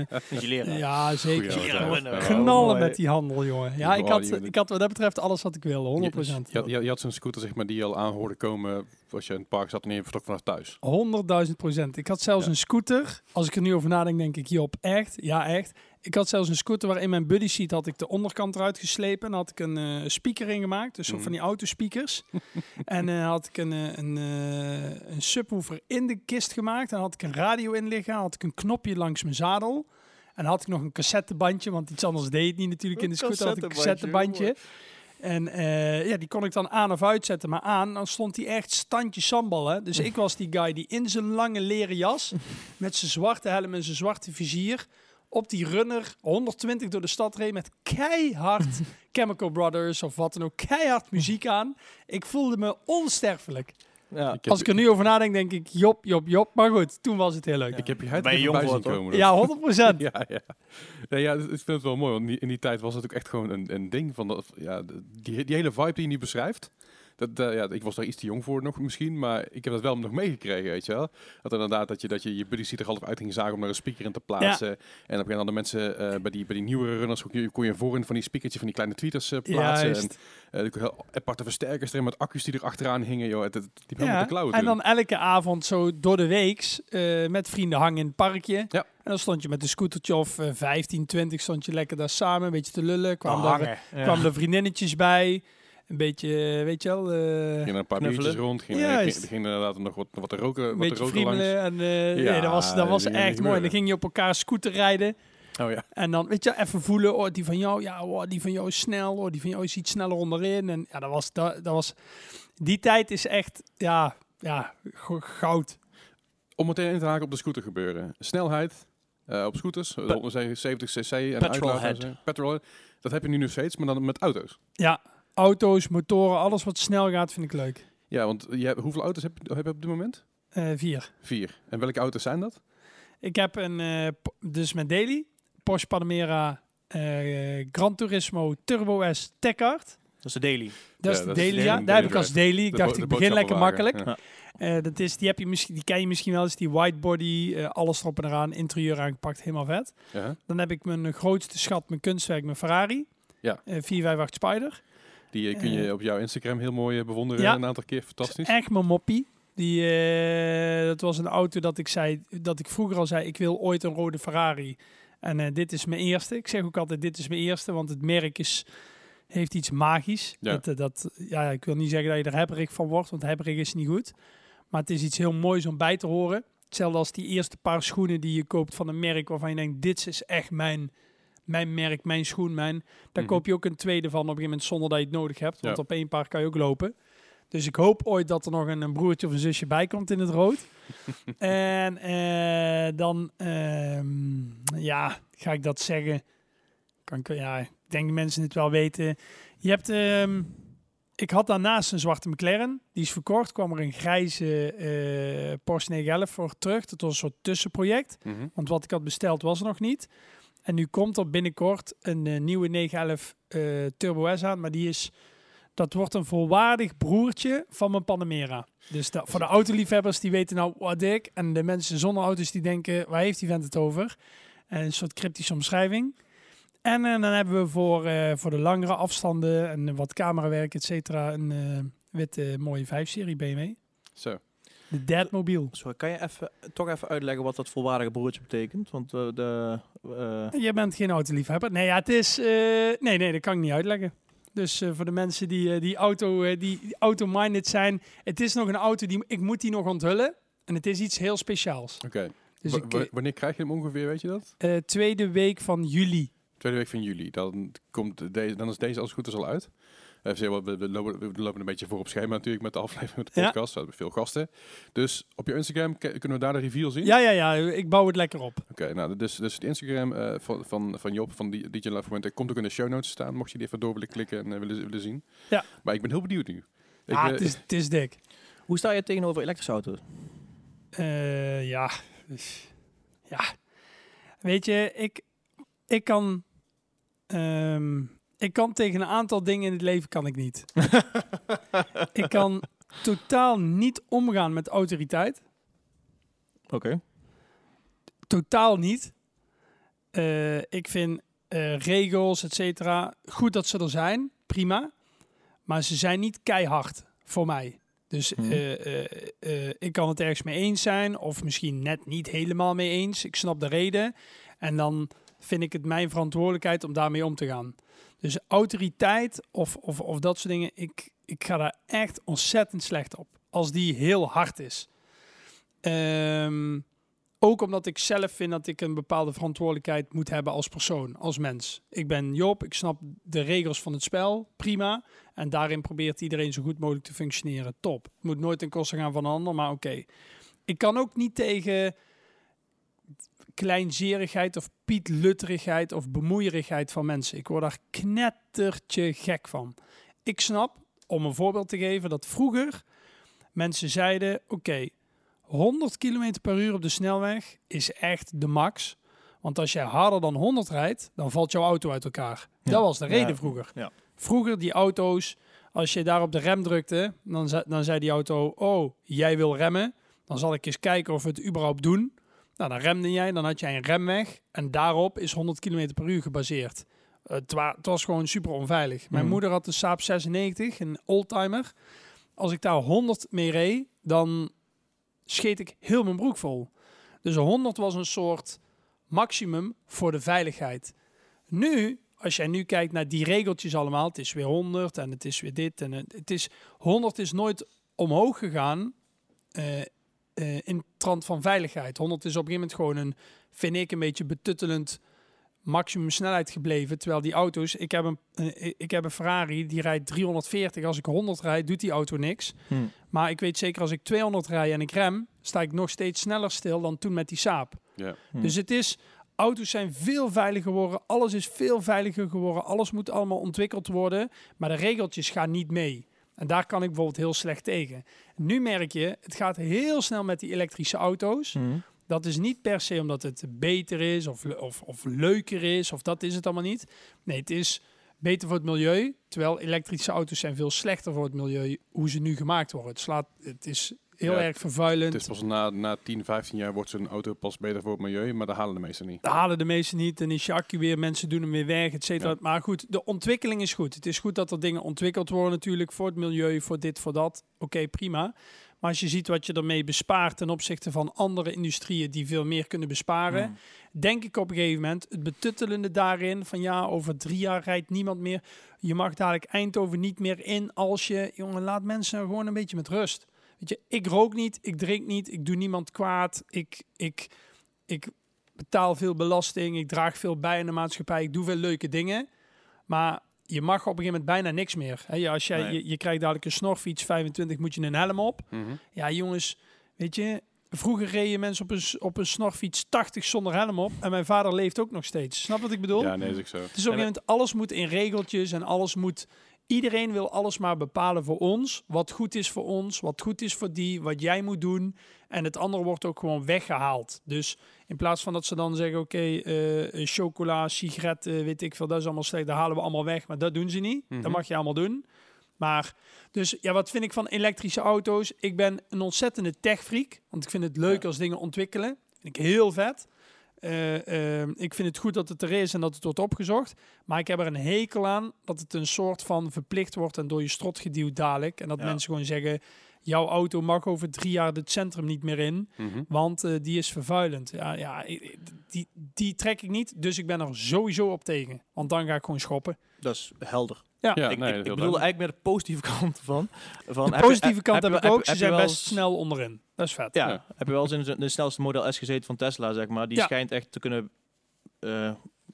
uh, ja, zeker. Goeie, Knallen oh, met die handel, jongen. Ja, ik had, ik had wat dat betreft alles wat ik wilde, honderd procent. Je, je, je had zo'n scooter zeg maar, die je al aan hoorde komen als je in het park zat en je vertrok vanaf thuis. honderdduizend procent. Ik had zelfs ja. een scooter. Als ik er nu over nadenk, denk ik, Job, echt? Ja, echt. Ik had zelfs een scooter waar in mijn buddy seat had ik de onderkant eruit geslepen. En had ik een uh, speaker in gemaakt. Dus mm. van die autospeakers. en uh, had ik een, uh, een, uh, een subwoofer in de kist gemaakt. En had ik een radio in liggen. Had ik een knopje langs mijn zadel. En had ik nog een cassettebandje. Want iets anders deed het niet natuurlijk in de scooter. Had ik een cassettebandje. En uh, ja, die kon ik dan aan of uitzetten. Maar aan, dan stond die echt standje sambal. Hè? Dus ik was die guy die in zijn lange leren jas... met zijn zwarte helm en zijn zwarte vizier... op die runner honderdtwintig door de stad reed met keihard Chemical Brothers of wat dan ook. Keihard muziek aan. Ik voelde me onsterfelijk. Ja. Ik Als ik er nu over nadenk, denk ik, Job, Job, Job. Maar goed, toen was het heel leuk. Ja. Ik heb je bij jong zien komen. Dus. Ja, honderd procent. ja, ja. Nee, ja, ik vind het wel mooi, want in die tijd was het ook echt gewoon een, een ding van, dat, ja, die, die hele vibe die je nu beschrijft. Dat, uh, ja, ik was daar iets te jong voor nog misschien, maar ik heb dat wel nog meegekregen, weet je wel. Dat inderdaad dat je dat je, je buddy seat er half uit ging zagen om naar een speaker in te plaatsen. Ja. En op een gegeven moment de mensen uh, bij, die, bij die nieuwere runners kon je, kon je voorin van die speakertje van die kleine tweeters uh, plaatsen. Ja, en uh, heel aparte versterkers erin met accu's die er achteraan hingen, joh. Het, het, die ja. de klauwen. En dan elke avond zo door de weeks uh, met vrienden hangen in het parkje. Ja. En dan stond je met een scootertje of uh, vijftien, twintig stond je lekker daar samen, een beetje te lullen. Kwamen oh, daar, ja. kwamen er vriendinnetjes bij. Een beetje, weet je wel... Uh, ging er een paar biertjes rond. Ging, ja, ging, ging inderdaad nog wat, wat te roken, een wat te roken langs. En, uh, ja, nee, dat was, dat was echt mooi. Dan ging je op elkaar scooter rijden. Oh ja. En dan, weet je, even voelen, oh, die van jou, ja, oh, die van jou is snel, oh, die van jou is iets sneller onderin. En ja, dat was, dat, dat was... Die tijd is echt, ja, ja, goud. Om meteen in te haken op de scooter gebeuren. Snelheid uh, op scooters, Pe- zeventig cc en Petrolhead. Petrolhead. Dat heb je nu nog steeds, maar dan met auto's. Ja. Auto's, motoren, alles wat snel gaat, vind ik leuk. Ja, want je hebt, hoeveel auto's heb je, heb je op dit moment? Uh, vier. Vier. En welke auto's zijn dat? Ik heb een, uh, dus met daily, Porsche Panamera, uh, Gran Turismo Turbo S Techart. Dat is de daily. Dat is ja, de daily, ja. Daar heb ik als daily. Ik dacht, ik begin lekker makkelijk. Ja. Uh, dat is, die, heb je misschien, die ken je misschien wel eens, die whitebody, uh, alles erop en eraan, interieur aangepakt, helemaal vet. Ja. Dan heb ik mijn grootste schat, mijn kunstwerk, mijn Ferrari. Ja. Uh, vier vijf acht Spider. Die uh, kun je op jouw Instagram heel mooi bewonderen. Ja. Een aantal keer. Fantastisch. Echt mijn moppie. Die, uh, dat was een auto dat ik zei, dat ik vroeger al zei, ik wil ooit een rode Ferrari. En uh, dit is mijn eerste. Ik zeg ook altijd, dit is mijn eerste, want het merk is, heeft iets magisch. Ja. Dat, uh, dat, ja, ik wil niet zeggen dat je er hebberig van wordt, want hebberig is niet goed. Maar het is iets heel moois om bij te horen. Hetzelfde als die eerste paar schoenen die je koopt van een merk waarvan je denkt, dit is echt mijn... Mijn merk, mijn schoen, mijn... Daar mm-hmm. koop je ook een tweede van op een gegeven moment zonder dat je het nodig hebt. Want ja. op één paar kan je ook lopen. Dus ik hoop ooit dat er nog een, een broertje of een zusje bij komt in het rood. en uh, dan, uh, ja, ga ik dat zeggen. Kan ik, ja, ik denk dat mensen het wel weten. Je hebt... Uh, ik had daarnaast een zwarte McLaren. Die is verkocht. Kwam er een grijze uh, Porsche negen elf voor terug. Dat was een soort tussenproject. Mm-hmm. Want wat ik had besteld was er nog niet. En nu komt er binnenkort een uh, nieuwe negen elf uh, Turbo S aan. Maar die is, dat wordt een volwaardig broertje van mijn Panamera. Dus da- voor de autoliefhebbers die weten nou wat ik. En de mensen zonder auto's die denken, waar heeft die vent het over? En een soort cryptische omschrijving. En uh, dan hebben we voor, uh, voor de langere afstanden en uh, wat camerawerk, et cetera, een uh, witte mooie vijf serie B M W. Zo. De Dadmobiel. Sorry, kan je even, toch even uitleggen wat dat volwaardige broertje betekent? Want uh, de... Uh... Jij bent geen autoliefhebber. Nee, ja, het is... Uh, nee, nee, dat kan ik niet uitleggen. Dus uh, voor de mensen die, uh, die, auto, uh, die, die auto-minded zijn... Het is nog een auto, die ik moet die nog onthullen. En het is iets heel speciaals. Oké. Okay. Dus w- w- wanneer krijg je hem ongeveer, weet je dat? Uh, tweede week van juli. Tweede week van juli. Dan, komt deze, dan is deze als het goed is al uit. We, we, we, lopen, we lopen een beetje voor op schema natuurlijk met de aflevering met de podcast. Ja. We hebben veel gasten. Dus op je Instagram k- kunnen we daar de reveal zien? Ja, ja, ja. Ik bouw het lekker op. Oké, okay, nou, dus, dus het Instagram uh, van, van, van Job, van D J Live Point, komt ook in de show notes staan. Mocht je die even door willen klikken en uh, willen, willen zien. Ja. Maar ik ben heel benieuwd nu. Ah, ik, het, is, het is dik. Hoe sta je tegenover elektrische auto's? Uh, ja. Dus, ja. Weet je, ik, ik kan... Um, Ik kan tegen een aantal dingen in het leven kan ik niet. Ik kan totaal niet omgaan met autoriteit. Oké. Okay. Totaal niet. Uh, ik vind uh, regels, et cetera, goed dat ze er zijn. Prima. Maar ze zijn niet keihard voor mij. Dus hmm. uh, uh, uh, ik kan het ergens mee eens zijn. Of misschien net niet helemaal mee eens. Ik snap de reden. En dan vind ik het mijn verantwoordelijkheid om daarmee om te gaan. Dus autoriteit of, of, of dat soort dingen. Ik, ik ga daar echt ontzettend slecht op. Als die heel hard is. Um, ook omdat ik zelf vind dat ik een bepaalde verantwoordelijkheid moet hebben als persoon, als mens. Ik ben Job, ik snap de regels van het spel, prima. En daarin probeert iedereen zo goed mogelijk te functioneren, top. Het moet nooit ten koste gaan van een ander, maar oké. Okay. Ik kan ook niet tegen kleinzerigheid of pietlutterigheid of bemoeierigheid van mensen. Ik word daar knettertje gek van. Ik snap, om een voorbeeld te geven, dat vroeger mensen zeiden, oké, okay, honderd kilometer per uur op de snelweg is echt de max. Want als jij harder dan honderd rijdt, dan valt jouw auto uit elkaar. Ja. Dat was de reden ja. vroeger. Ja. Vroeger die auto's, als je daar op de rem drukte, dan, ze, dan zei die auto, oh, jij wil remmen. Dan zal ik eens kijken of we het überhaupt doen. Nou, dan remde jij, dan had jij een remweg. En daarop is honderd kilometer per uur gebaseerd. Uh, het, wa- het was gewoon super onveilig. Mm. Mijn moeder had een Saab zesennegentig, een oldtimer. Als ik daar honderd mee reed, dan scheet ik heel mijn broek vol. Dus honderd was een soort maximum voor de veiligheid. Nu, als jij nu kijkt naar die regeltjes allemaal, het is weer honderd en het is weer dit en het is honderd is nooit omhoog gegaan uh, uh, in trant van veiligheid. honderd is op een gegeven moment gewoon een, vind ik, een beetje betuttelend maximum snelheid gebleven. Terwijl die auto's, ik heb een, uh, ik heb een Ferrari, die rijdt driehonderdveertig. Als ik honderd rijd, doet die auto niks. Hmm. Maar ik weet zeker, als ik tweehonderd rijd en ik rem, sta ik nog steeds sneller stil dan toen met die Saab. Yeah. Hmm. Dus het is, auto's zijn veel veiliger geworden. Alles is veel veiliger geworden. Alles moet allemaal ontwikkeld worden. Maar de regeltjes gaan niet mee. En daar kan ik bijvoorbeeld heel slecht tegen. Nu merk je, het gaat heel snel met die elektrische auto's. Hmm. Dat is niet per se omdat het beter is of, of, of leuker is. Of dat is het allemaal niet. Nee, het is beter voor het milieu. Terwijl elektrische auto's zijn veel slechter voor het milieu hoe ze nu gemaakt worden. Het, slaat, het is heel ja, erg vervuilend. Het is pas na, na tien, vijftien jaar wordt zo'n auto pas beter voor het milieu. Maar dat halen de meesten niet. Dat halen de meesten niet. Dan is je accu weer, mensen doen hem weer weg, et cetera. Ja. Maar goed, de ontwikkeling is goed. Het is goed dat er dingen ontwikkeld worden natuurlijk voor het milieu, voor dit, voor dat. Oké, okay, prima. Maar als je ziet wat je ermee bespaart ten opzichte van andere industrieën die veel meer kunnen besparen, mm. denk ik op een gegeven moment het betuttelende daarin van ja, over drie jaar rijdt niemand meer. Je mag dadelijk Eindhoven niet meer in als je, jongen, laat mensen gewoon een beetje met rust. Weet je, ik rook niet, ik drink niet, ik doe niemand kwaad, ik, ik, ik betaal veel belasting, ik draag veel bij in de maatschappij, ik doe veel leuke dingen, maar je mag op een gegeven moment bijna niks meer. He, ja, als jij, nee. je, je krijgt dadelijk een snorfiets, vijfentwintig, moet je een helm op. Mm-hmm. Ja, jongens, weet je, vroeger reden mensen op een, op een snorfiets tachtig zonder helm op. En mijn vader leeft ook nog steeds. Snap wat ik bedoel? Ja, nee, is ook zo. Dus op een gegeven moment, alles moet in regeltjes en alles moet... Iedereen wil alles maar bepalen voor ons. Wat goed is voor ons, wat goed is voor die, wat jij moet doen. En het andere wordt ook gewoon weggehaald. Dus in plaats van dat ze dan zeggen, oké, okay, uh, chocola, sigaretten, weet ik veel, dat is allemaal slecht. Dat halen we allemaal weg, maar dat doen ze niet. Mm-hmm. Dat mag je allemaal doen. Maar, dus ja, wat vind ik van elektrische auto's? Ik ben een ontzettende techfreak. Want ik vind het leuk ja. als dingen ontwikkelen. Vind ik heel vet. Uh, uh, ik vind het goed dat het er is en dat het wordt opgezocht. Maar ik heb er een hekel aan dat het een soort van verplicht wordt en door je strot geduwd dadelijk. En dat ja. mensen gewoon zeggen, jouw auto mag over drie jaar het centrum niet meer in, mm-hmm. want uh, die is vervuilend. Ja, ja die, die trek ik niet, dus ik ben er sowieso op tegen. Want dan ga ik gewoon schoppen. Dat is helder. Ja, ja ik, nee, ik, ik bedoel eigenlijk meer de positieve kant van. van de positieve heb, kant heb, heb ik ook. Heb, Ze zijn best eens... snel onderin. Dat is vet. Ja, ja. Heb je wel eens in de snelste Model S gezeten van Tesla, zeg maar. Die ja. schijnt echt te kunnen uh,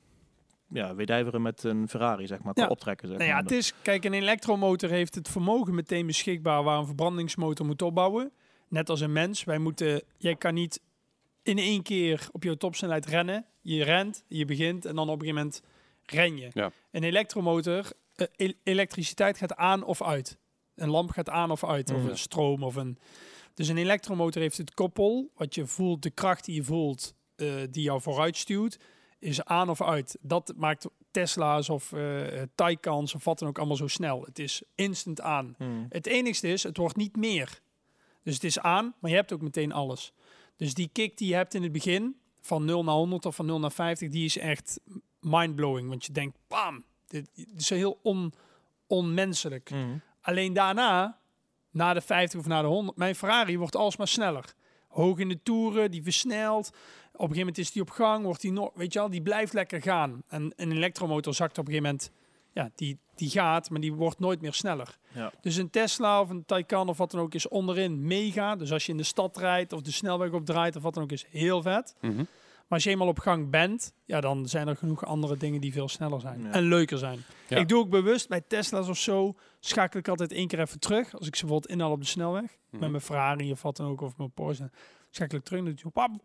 ja, wedijveren met een Ferrari, zeg maar. Qua ja. optrekken, zeg nou ja, maar. Het is, kijk, een elektromotor heeft het vermogen meteen beschikbaar waar een verbrandingsmotor moet opbouwen. Net als een mens. Wij moeten, jij kan niet in één keer op je topsnelheid rennen. Je rent, je begint en dan op een gegeven moment ren je. Ja. Een elektromotor... Uh, elektriciteit gaat aan of uit. Een lamp gaat aan of uit. Mm. Of een stroom. Of een... Dus een elektromotor heeft het koppel. Wat je voelt, de kracht die je voelt, uh, die jou vooruit stuwt, is aan of uit. Dat maakt Tesla's of uh, Taycans of wat dan ook allemaal zo snel. Het is instant aan. Hmm. Het enigste is, het wordt niet meer. Dus het is aan, maar je hebt ook meteen alles. Dus die kick die je hebt in het begin, van nul naar honderd of van nul naar vijftig, die is echt mindblowing. Want je denkt, bam, dit, dit is heel on, onmenselijk. Hmm. Alleen daarna, na de vijftig of na de honderd, mijn Ferrari wordt alsmaar sneller. Hoog in de toeren, die versnelt. Op een gegeven moment is die op gang, wordt die nog, weet je wel, die blijft lekker gaan. En een elektromotor zakt op een gegeven moment, ja, die, die gaat, maar die wordt nooit meer sneller. Ja. Dus een Tesla of een Taycan of wat dan ook is onderin mega. Dus als je in de stad rijdt of de snelweg opdraait of wat dan ook is heel vet. Mm-hmm. Maar als je eenmaal op gang bent, ja, dan zijn er genoeg andere dingen die veel sneller zijn. Ja. En leuker zijn. Ja. Ik doe ook bewust bij Tesla's of zo, schakel ik altijd één keer even terug. Als ik ze bijvoorbeeld inhaal op de snelweg, mm-hmm. met mijn Ferrari of wat dan ook, of mijn Porsche, schakel ik terug. Dan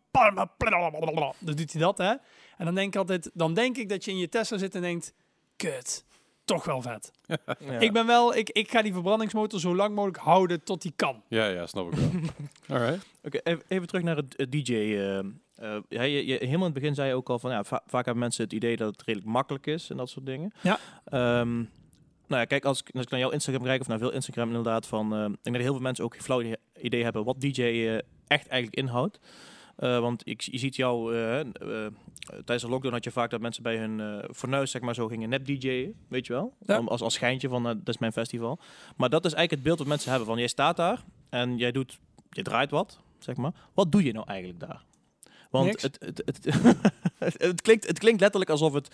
doet hij dat, hè. En dan denk ik altijd, dan denk ik dat je in je Tesla zit en denkt, kut, toch wel vet. Ja. Ik ben wel, ik, ik ga die verbrandingsmotor zo lang mogelijk houden tot die kan. Ja, ja, snap ik wel. Alright. Oké, okay, even terug naar het, het D J. Uh, uh, ja, je, je, helemaal in het begin zei je ook al van, ja, va- vaak hebben mensen het idee dat het redelijk makkelijk is en dat soort dingen. Ja. Um, nou ja, kijk, als ik, als ik naar jouw Instagram kijk, of naar veel Instagram inderdaad, van, uh, ik denk dat heel veel mensen ook geen flauw idee hebben wat D J uh, echt eigenlijk inhoudt. Uh, want ik, je ziet jou, uh, uh, tijdens de lockdown had je vaak dat mensen bij hun uh, fornuis, zeg maar zo, gingen nep D J'en, weet je wel? Ja. Om, als, als schijntje van, uh, dat is mijn festival. Maar dat is eigenlijk het beeld wat mensen hebben, van jij staat daar en jij doet, je draait wat, zeg maar. Wat doe je nou eigenlijk daar? Want het, het, het, het, het, klinkt, het klinkt letterlijk alsof het...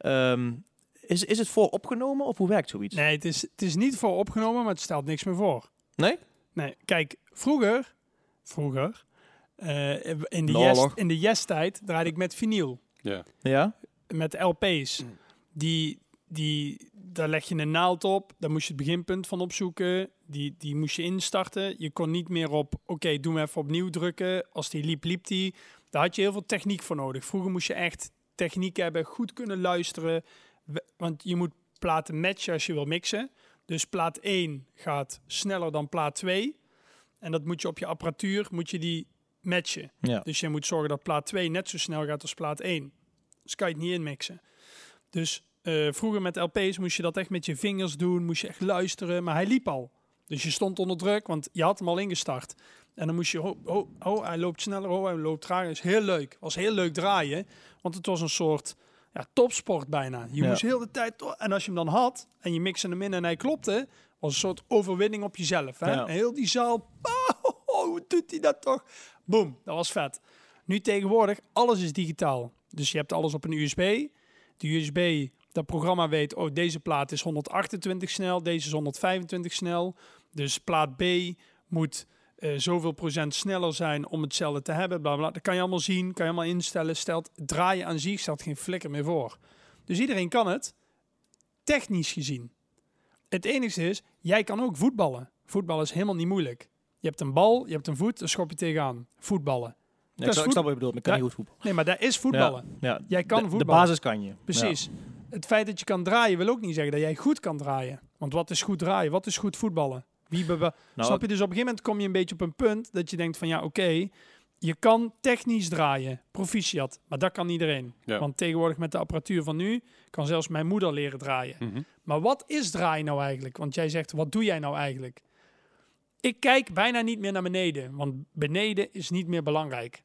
Um, is, is het vooropgenomen of hoe werkt zoiets? Nee, het is, het is niet vooropgenomen, maar het stelt niks meer voor. Nee? Nee, kijk, vroeger, vroeger... Uh, in de yes, in de yes-tijd draaide ik met vinyl. Yeah. Ja. Met L P's. Die, die, daar leg je een naald op. Daar moest je het beginpunt van opzoeken. Die, die moest je instarten. Je kon niet meer op, oké, okay, doe me even opnieuw drukken. Als die liep, liep die. Daar had je heel veel techniek voor nodig. Vroeger moest je echt techniek hebben, goed kunnen luisteren. Want je moet platen matchen als je wil mixen. Dus plaat één gaat sneller dan plaat twee. En dat moet je op je apparatuur, moet je die matchen. Ja. Dus je moet zorgen dat plaat twee net zo snel gaat als plaat één. Dus kan je het niet inmixen. Dus uh, vroeger met L P's moest je dat echt met je vingers doen. Moest je echt luisteren. Maar hij liep al. Dus je stond onder druk, want je had hem al ingestart. En dan moest je... Oh, oh, oh hij loopt sneller. Oh, hij loopt trager. Dat is heel leuk. Was heel leuk draaien. Want het was een soort ja, topsport bijna. Je ja. moest heel de tijd... En als je hem dan had en je mixte hem in en hij klopte... was een soort overwinning op jezelf. Hè? Ja. En heel die zaal... Oh, hoe doet hij dat toch? Boom, dat was vet. Nu tegenwoordig, alles is digitaal. Dus je hebt alles op een U S B. De U S B, dat programma weet, oh, deze plaat is honderdachtentwintig snel, deze is honderdvijfentwintig snel. Dus plaat B moet uh, zoveel procent sneller zijn om hetzelfde te hebben. Bla bla. Dat kan je allemaal zien, kan je allemaal instellen. Stelt draaien aan zich, stelt geen flikker meer voor. Dus iedereen kan het, technisch gezien. Het enige is, jij kan ook voetballen. Voetballen is helemaal niet moeilijk. Je hebt een bal, je hebt een voet, dan schop je tegenaan. Voetballen. Ja, ik, snap, ik snap wat je bedoelt, maar ik kan ja, niet goed voetballen. Nee, maar dat is voetballen. Ja, ja. Jij kan de, voetballen. De basis kan je. Precies. Ja. Het feit dat je kan draaien wil ook niet zeggen dat jij goed kan draaien. Want wat is goed draaien? Wat is goed voetballen? Wie be- be- nou, snap je? Dus op een gegeven moment kom je een beetje op een punt dat je denkt van ja, oké, okay, je kan technisch draaien. Proficiat. Maar dat kan iedereen. Ja. Want tegenwoordig met de apparatuur van nu kan zelfs mijn moeder leren draaien. Mm-hmm. Maar wat is draaien nou eigenlijk? Want jij zegt, wat doe jij nou eigenlijk? Ik kijk bijna niet meer naar beneden, want beneden is niet meer belangrijk.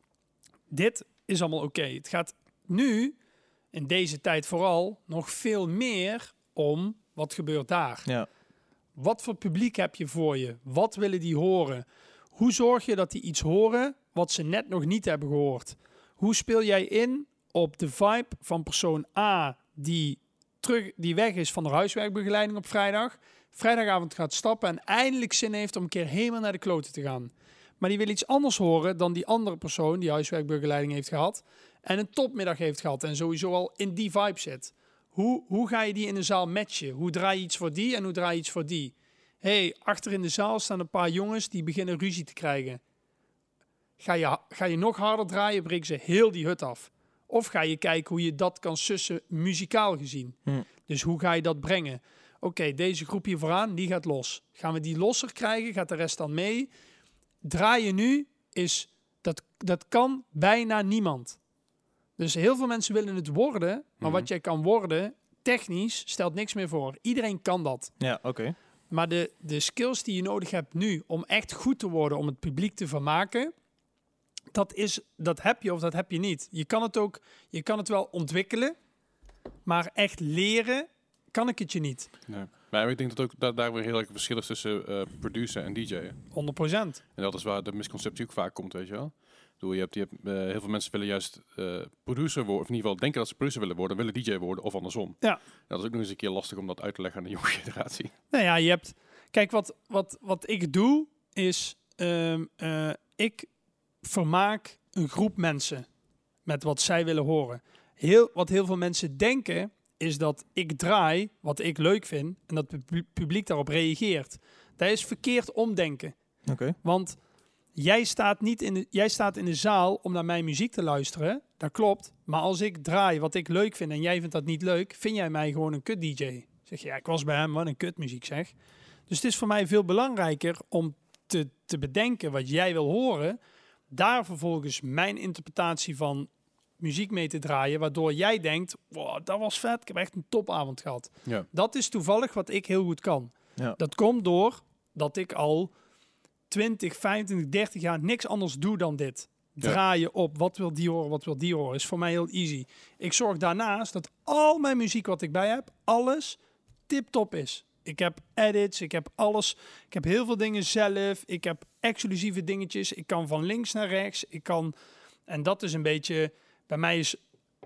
Dit is allemaal oké. Okay. Het gaat nu, in deze tijd vooral, nog veel meer om wat gebeurt daar. Ja. Wat voor publiek heb je voor je? Wat willen die horen? Hoe zorg je dat die iets horen wat ze net nog niet hebben gehoord? Hoe speel jij in op de vibe van persoon A die, terug, die weg is van de huiswerkbegeleiding op vrijdag... vrijdagavond gaat stappen en eindelijk zin heeft om een keer helemaal naar de kloten te gaan. Maar die wil iets anders horen dan die andere persoon die huiswerkbegeleiding heeft gehad en een topmiddag heeft gehad en sowieso al in die vibe zit. Hoe, hoe ga je die in een zaal matchen? Hoe draai je iets voor die en hoe draai je iets voor die? Hey, achter in de zaal staan een paar jongens die beginnen ruzie te krijgen. Ga je, ga je nog harder draaien, breek ze heel die hut af. Of ga je kijken hoe je dat kan sussen muzikaal gezien. Hm. Dus hoe ga je dat brengen? Oké, okay, deze groep hier vooraan, die gaat los. Gaan we die losser krijgen? Gaat de rest dan mee? Draaien nu is... Dat, dat kan bijna niemand. Dus heel veel mensen willen het worden, maar Mm-hmm. wat jij kan worden, technisch, stelt niks meer voor. Iedereen kan dat. Ja, oké. Okay. Maar de, de skills die je nodig hebt nu om echt goed te worden, om het publiek te vermaken, dat, is, dat heb je of dat heb je niet. Je kan het ook, je kan het wel ontwikkelen, maar echt leren kan ik het je niet. Nee. Maar ik denk dat ook dat daar weer heel erg verschil is tussen uh, producer en D J'en. honderd procent. En dat is waar de misconceptie ook vaak komt, weet je wel. Doe, je hebt, je hebt, uh, heel veel mensen willen juist uh, producer worden, of in ieder geval denken dat ze producer willen worden, willen D J worden of andersom. Ja. Dat is ook nog eens een keer lastig om dat uit te leggen aan de jonge generatie. Nou ja, je hebt... Kijk, wat, wat, wat ik doe, is... Um, uh, ik vermaak een groep mensen met wat zij willen horen. Heel, wat heel veel mensen denken, is dat ik draai wat ik leuk vind en dat het publiek daarop reageert. Dat is verkeerd omdenken. Oké. Okay. Want jij staat, niet in de, jij staat in de zaal om naar mijn muziek te luisteren. Dat klopt. Maar als ik draai wat ik leuk vind en jij vindt dat niet leuk, vind jij mij gewoon een kut D J. Zeg je, ja, ik was bij hem, wat een kutmuziek zeg. Dus het is voor mij veel belangrijker om te, te bedenken wat jij wil horen. Daar vervolgens mijn interpretatie van muziek mee te draaien, waardoor jij denkt, wow, dat was vet, ik heb echt een topavond gehad. Ja. Dat is toevallig wat ik heel goed kan. Ja. Dat komt door dat ik al twintig, vijfentwintig, dertig jaar niks anders doe dan dit. Draaien ja. op, wat wil die horen, wat wil die horen, is voor mij heel easy. Ik zorg daarnaast dat al mijn muziek wat ik bij heb, alles tip-top is. Ik heb edits, ik heb alles. Ik heb heel veel dingen zelf. Ik heb exclusieve dingetjes. Ik kan van links naar rechts. Ik kan, en dat is een beetje, bij mij is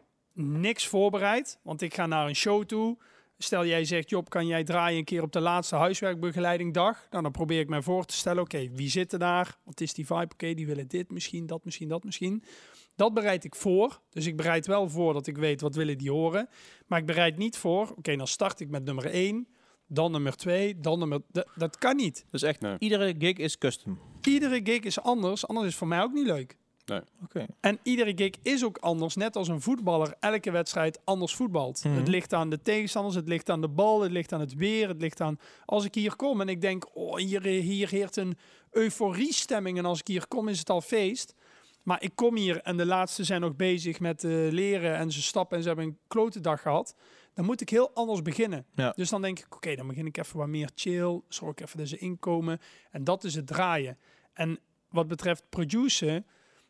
niks voorbereid. Want ik ga naar een show toe. Stel jij zegt, Job, kan jij draaien een keer op de laatste huiswerkbegeleidingdag? Nou, dan probeer ik mij voor te stellen, oké, okay, wie zit er daar? Wat is die vibe? Oké, okay, die willen dit misschien, dat misschien, dat misschien. Dat bereid ik voor. Dus ik bereid wel voor dat ik weet, wat willen die horen. Maar ik bereid niet voor, oké, okay, dan start ik met nummer één. Dan nummer twee, dan nummer... D- dat kan niet. Dus echt, nee. Iedere gig is custom? Iedere gig is anders. Anders is voor mij ook niet leuk. Nee. Okay. En iedere gig is ook anders. Net als een voetballer elke wedstrijd anders voetbalt. Mm-hmm. Het ligt aan de tegenstanders, het ligt aan de bal, het ligt aan het weer, het ligt aan... Als ik hier kom en ik denk, oh, hier, hier heert een euforiestemming. En als ik hier kom is het al feest. Maar ik kom hier en de laatste zijn nog bezig met uh, leren en ze stappen en ze hebben een klote dag gehad. Dan moet ik heel anders beginnen. Ja. Dus dan denk ik, oké, okay, dan begin ik even wat meer chill. Zorg ik even dat ze inkomen. En dat is het draaien. En wat betreft produceren,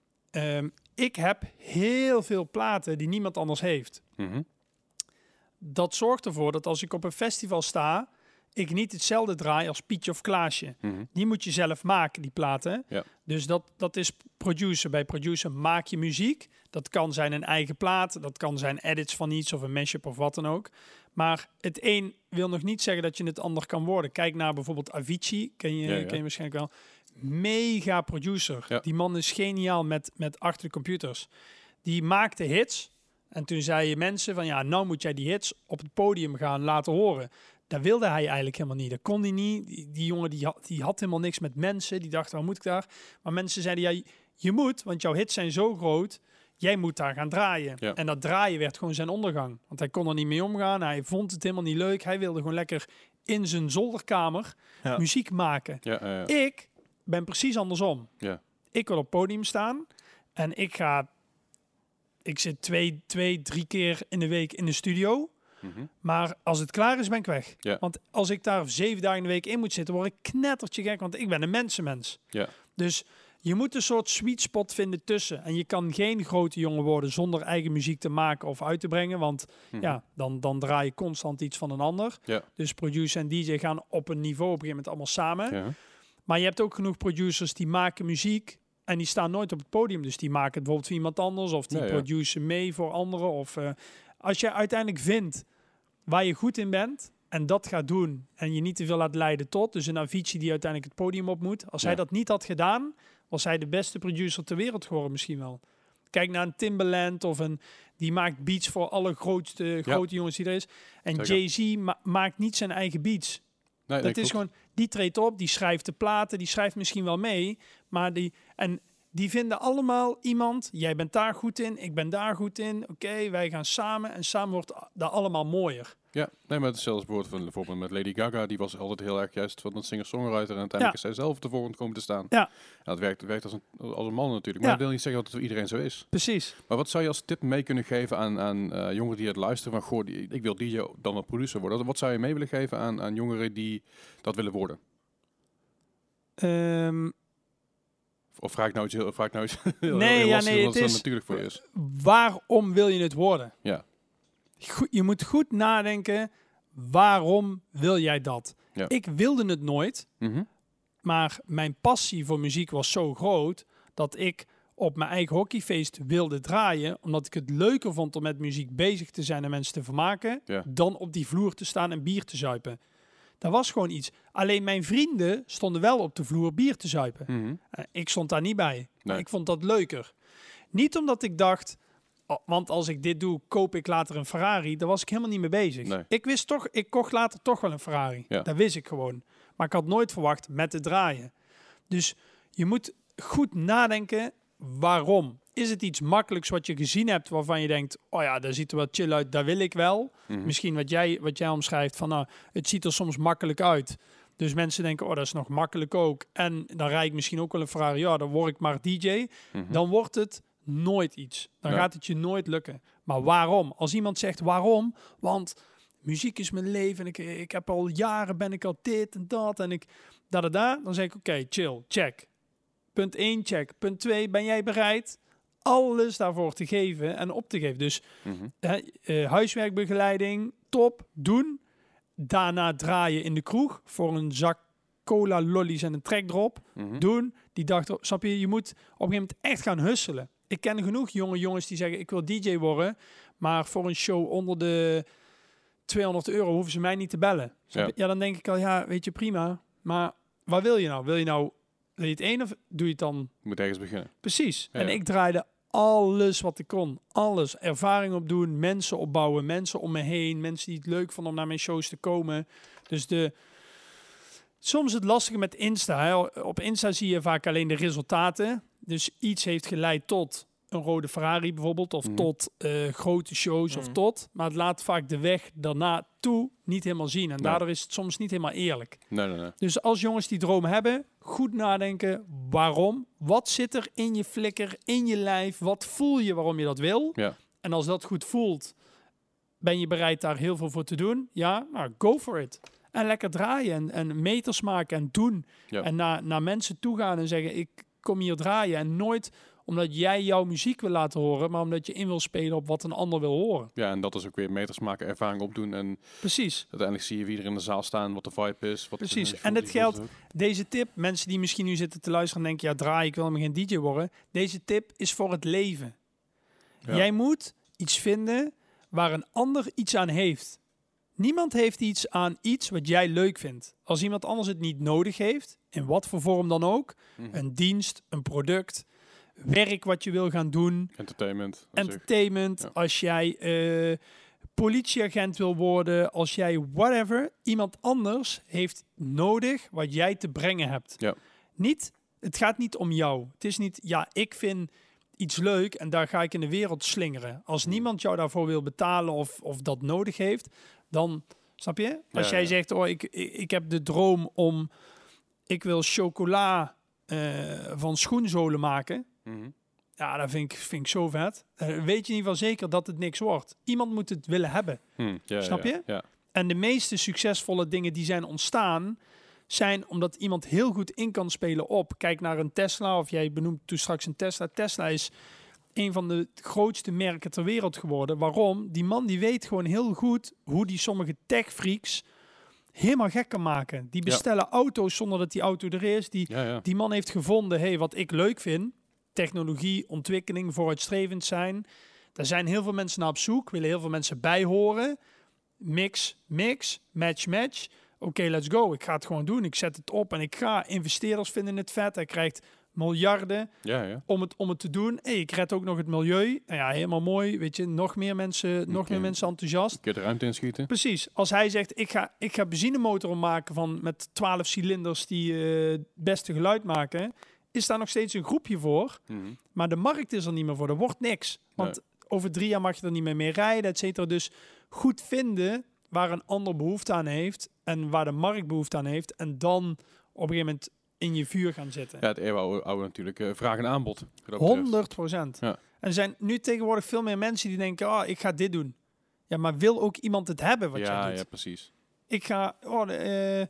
um, ik heb heel veel platen die niemand anders heeft. Mm-hmm. Dat zorgt ervoor dat als ik op een festival sta, ik niet hetzelfde draai als Pietje of Klaasje. Mm-hmm. Die moet je zelf maken, die platen. Ja. Dus dat, dat is producer. Bij producer maak je muziek. Dat kan zijn een eigen plaat. Dat kan zijn edits van iets of een mashup of wat dan ook. Maar het een wil nog niet zeggen dat je het ander kan worden. Kijk naar bijvoorbeeld Avicii. Ken je, ja, ja. ken je waarschijnlijk wel. Mega producer. Ja. Die man is geniaal met, met achter de computers. Die maakte hits. En toen zeiden mensen van ja, nou moet jij die hits op het podium gaan laten horen. Dat wilde hij eigenlijk helemaal niet. Dat kon hij niet. Die, die jongen die had, die had helemaal niks met mensen. Die dacht, waar moet ik daar? Maar mensen zeiden, ja, je moet, want jouw hits zijn zo groot. Jij moet daar gaan draaien. Ja. En dat draaien werd gewoon zijn ondergang. Want hij kon er niet mee omgaan. Hij vond het helemaal niet leuk. Hij wilde gewoon lekker in zijn zolderkamer ja. muziek maken. Ja, ja, ja. Ik ben precies andersom. Ja. Ik wil op het podium staan. En ik ga... Ik zit twee, twee, drie keer in de week in de studio. Mm-hmm. Maar als het klaar is, ben ik weg. Ja. Want als ik daar zeven dagen in de week in moet zitten, word ik knettertje gek. Want ik ben een mensenmens. Ja. Dus je moet een soort sweet spot vinden tussen. En je kan geen grote jongen worden zonder eigen muziek te maken of uit te brengen. Want mm-hmm. ja, dan, dan draai je constant iets van een ander. Ja. Dus producer en D J gaan op een niveau op een gegeven moment allemaal samen. Ja. Maar je hebt ook genoeg producers die maken muziek. En die staan nooit op het podium. Dus die maken het bijvoorbeeld voor iemand anders. Of die nee, produceren ja. mee voor anderen. Of uh, als je uiteindelijk vindt waar je goed in bent en dat gaat doen en je niet te veel laat leiden tot, dus een Avicii die uiteindelijk het podium op moet. Als ja. hij dat niet had gedaan, was hij de beste producer ter wereld geworden misschien wel. Kijk naar een Timbaland of een, die maakt beats voor alle grootste, ja. grote jongens die er is. En Jay-Z ma- maakt niet zijn eigen beats. Nee, dat nee, is klopt. Gewoon, die treedt op, die schrijft de platen, die schrijft misschien wel mee, maar die, en Die vinden allemaal iemand, jij bent daar goed in, ik ben daar goed in. Oké, okay, wij gaan samen en samen wordt dat allemaal mooier. Ja, nee, maar het is zelfs bijvoorbeeld, bijvoorbeeld met Lady Gaga, die was altijd heel erg juist van een singer-songwriter en uiteindelijk ja. is zij zelf op de voorgrond komen te staan. Ja. Ja, het werkt, het werkt als, een, als een man natuurlijk, maar ja. dat wil niet zeggen dat het voor iedereen zo is. Precies. Maar wat zou je als tip mee kunnen geven aan, aan uh, jongeren die het luisteren van, goh, die, ik wil D J dan wel producer worden. Wat zou je mee willen geven aan, aan jongeren die dat willen worden? Um, of vraag ik nou iets heel, vraag ik nou iets heel, nee, heel ja, lastig, nee, wat het is, natuurlijk voor je is. Waarom wil je het worden? Ja. Goed, je moet goed nadenken, waarom wil jij dat? Ja. Ik wilde het nooit, mm-hmm. maar mijn passie voor muziek was zo groot dat ik op mijn eigen hockeyfeest wilde draaien, omdat ik het leuker vond om met muziek bezig te zijn en mensen te vermaken, ja. dan op die vloer te staan en bier te zuipen. Dat was gewoon iets. Alleen mijn vrienden stonden wel op de vloer bier te zuipen. Mm-hmm. Uh, ik stond daar niet bij. Nee. Ik vond dat leuker. Niet omdat ik dacht, oh, want als ik dit doe, koop ik later een Ferrari. Daar was ik helemaal niet mee bezig. Nee. Ik wist toch, ik kocht later toch wel een Ferrari. Ja. Dat wist ik gewoon. Maar ik had nooit verwacht met te draaien. Dus je moet goed nadenken, waarom? Is het iets makkelijks wat je gezien hebt waarvan je denkt, oh ja, dat ziet er wel chill uit, dat wil ik wel. Mm-hmm. Misschien wat jij, wat jij omschrijft van, nou, het ziet er soms makkelijk uit. Dus mensen denken, oh, dat is nog makkelijk ook. En dan rijd ik misschien ook wel een Ferrari. Ja, dan word ik maar D J. Mm-hmm. Dan wordt het nooit iets. Dan ja. gaat het je nooit lukken. Maar waarom? Als iemand zegt, waarom? Want muziek is mijn leven. En ik, ik heb al jaren, ben ik al dit en dat. En ik, da da da. Dan zeg ik, oké, okay, chill, check. Punt één, check. Punt twee, ben jij bereid alles daarvoor te geven en op te geven? Dus mm-hmm. uh, uh, huiswerkbegeleiding, top, doen. Daarna draaien in de kroeg voor een zak cola, lollies en een trekdrop. Mm-hmm. Doen. Die dacht, snap je, je moet op een gegeven moment echt gaan hustelen. Ik ken genoeg jonge jongens die zeggen, ik wil D J worden, maar voor een show onder de tweehonderd euro hoeven ze mij niet te bellen. Ja. ja, dan denk ik al, ja, weet je, prima. Maar wat wil je nou? Wil je nou, wil je het een of doe je het dan? Je moet ergens beginnen. Precies. Ja. En ik draaide alles wat ik kon. Alles. Ervaring opdoen, mensen opbouwen, mensen om me heen, mensen die het leuk vonden om naar mijn shows te komen. Dus de... Soms het lastige met Insta. Hè. Op Insta zie je vaak alleen de resultaten. Dus iets heeft geleid tot een rode Ferrari bijvoorbeeld. Of mm. tot uh, grote shows mm. of tot. Maar het laat vaak de weg daarna toe niet helemaal zien. En nee. daardoor is het soms niet helemaal eerlijk. Nee, nee, nee. Dus als jongens die droom hebben, goed nadenken. Waarom? Wat zit er in je flikker, in je lijf? Wat voel je waarom je dat wil? Ja. En als dat goed voelt, ben je bereid daar heel veel voor te doen? Ja, nou, go for it. En lekker draaien en, en meters maken en doen. Ja. En naar, naar mensen toe gaan en zeggen, ik kom hier draaien. En nooit omdat jij jouw muziek wil laten horen, maar omdat je in wil spelen op wat een ander wil horen. Ja, en dat is ook weer meters maken, ervaring opdoen. En precies. Uiteindelijk zie je wie er in de zaal staan, wat de vibe is. Wat precies. En het geldt, deze tip, mensen die misschien nu zitten te luisteren en denken, ja, draai, ik wil maar geen D J worden. Deze tip is voor het leven. Ja. Jij moet iets vinden waar een ander iets aan heeft. Niemand heeft iets aan iets wat jij leuk vindt. Als iemand anders het niet nodig heeft, in wat voor vorm dan ook, mm-hmm. een dienst, een product, werk wat je wil gaan doen. Entertainment. Entertainment. Ja. Als jij uh, politieagent wil worden, als jij whatever, iemand anders heeft nodig wat jij te brengen hebt. Ja. Niet, het gaat niet om jou. Het is niet, ja, ik vind iets leuk en daar ga ik in de wereld slingeren. Als mm. niemand jou daarvoor wil betalen of, of dat nodig heeft, dan, snap je? Als ja, jij ja. zegt, oh, ik, ik, ik heb de droom om, ik wil chocola uh, van schoenzolen maken. Mm-hmm. Ja, dat vind ik, vind ik zo vet. Uh, weet je in ieder geval zeker dat het niks wordt. Iemand moet het willen hebben. Mm, ja, snap ja, je? Ja. En de meeste succesvolle dingen die zijn ontstaan, zijn omdat iemand heel goed in kan spelen op. Kijk naar een Tesla, of jij benoemt toen straks een Tesla. Tesla is een van de grootste merken ter wereld geworden. Waarom? Die man die weet gewoon heel goed hoe die sommige tech-freaks helemaal gek kan maken. Die bestellen ja. auto's zonder dat die auto er is. Die, ja, ja. die man heeft gevonden, hey, wat ik leuk vind, technologie, ontwikkeling, vooruitstrevend zijn. Daar zijn heel veel mensen naar op zoek, willen heel veel mensen bijhoren. Mix, mix, match, match. Oké, okay, let's go. Ik ga het gewoon doen. Ik zet het op en ik ga. Investeerders vinden het vet. Hij krijgt miljarden ja, ja. Om, het, om het te doen. Hey, ik red ook nog het milieu. Nou ja, helemaal mooi. Weet je, nog meer mensen, okay. nog meer mensen enthousiast. Kun je de ruimte inschieten? Precies. Als hij zegt, ik ga, ik ga benzinemotoren maken van met twaalf cilinders die uh, het beste geluid maken. is daar nog steeds een groepje voor. Mm-hmm. Maar de markt is er niet meer voor. Er wordt niks. Want nee. over drie jaar mag je er niet meer mee rijden, et cetera. Dus goed vinden waar een ander behoefte aan heeft en waar de markt behoefte aan heeft. En dan op een gegeven moment in je vuur gaan zitten. Ja, het eeuwenoude oude natuurlijk. Uh, vraag en aanbod. honderd procent. Ja. En er zijn nu tegenwoordig veel meer mensen die denken, oh, ik ga dit doen. Ja, maar wil ook iemand het hebben wat ja, jij doet? Ja, precies. Ik ga... Oh, uh,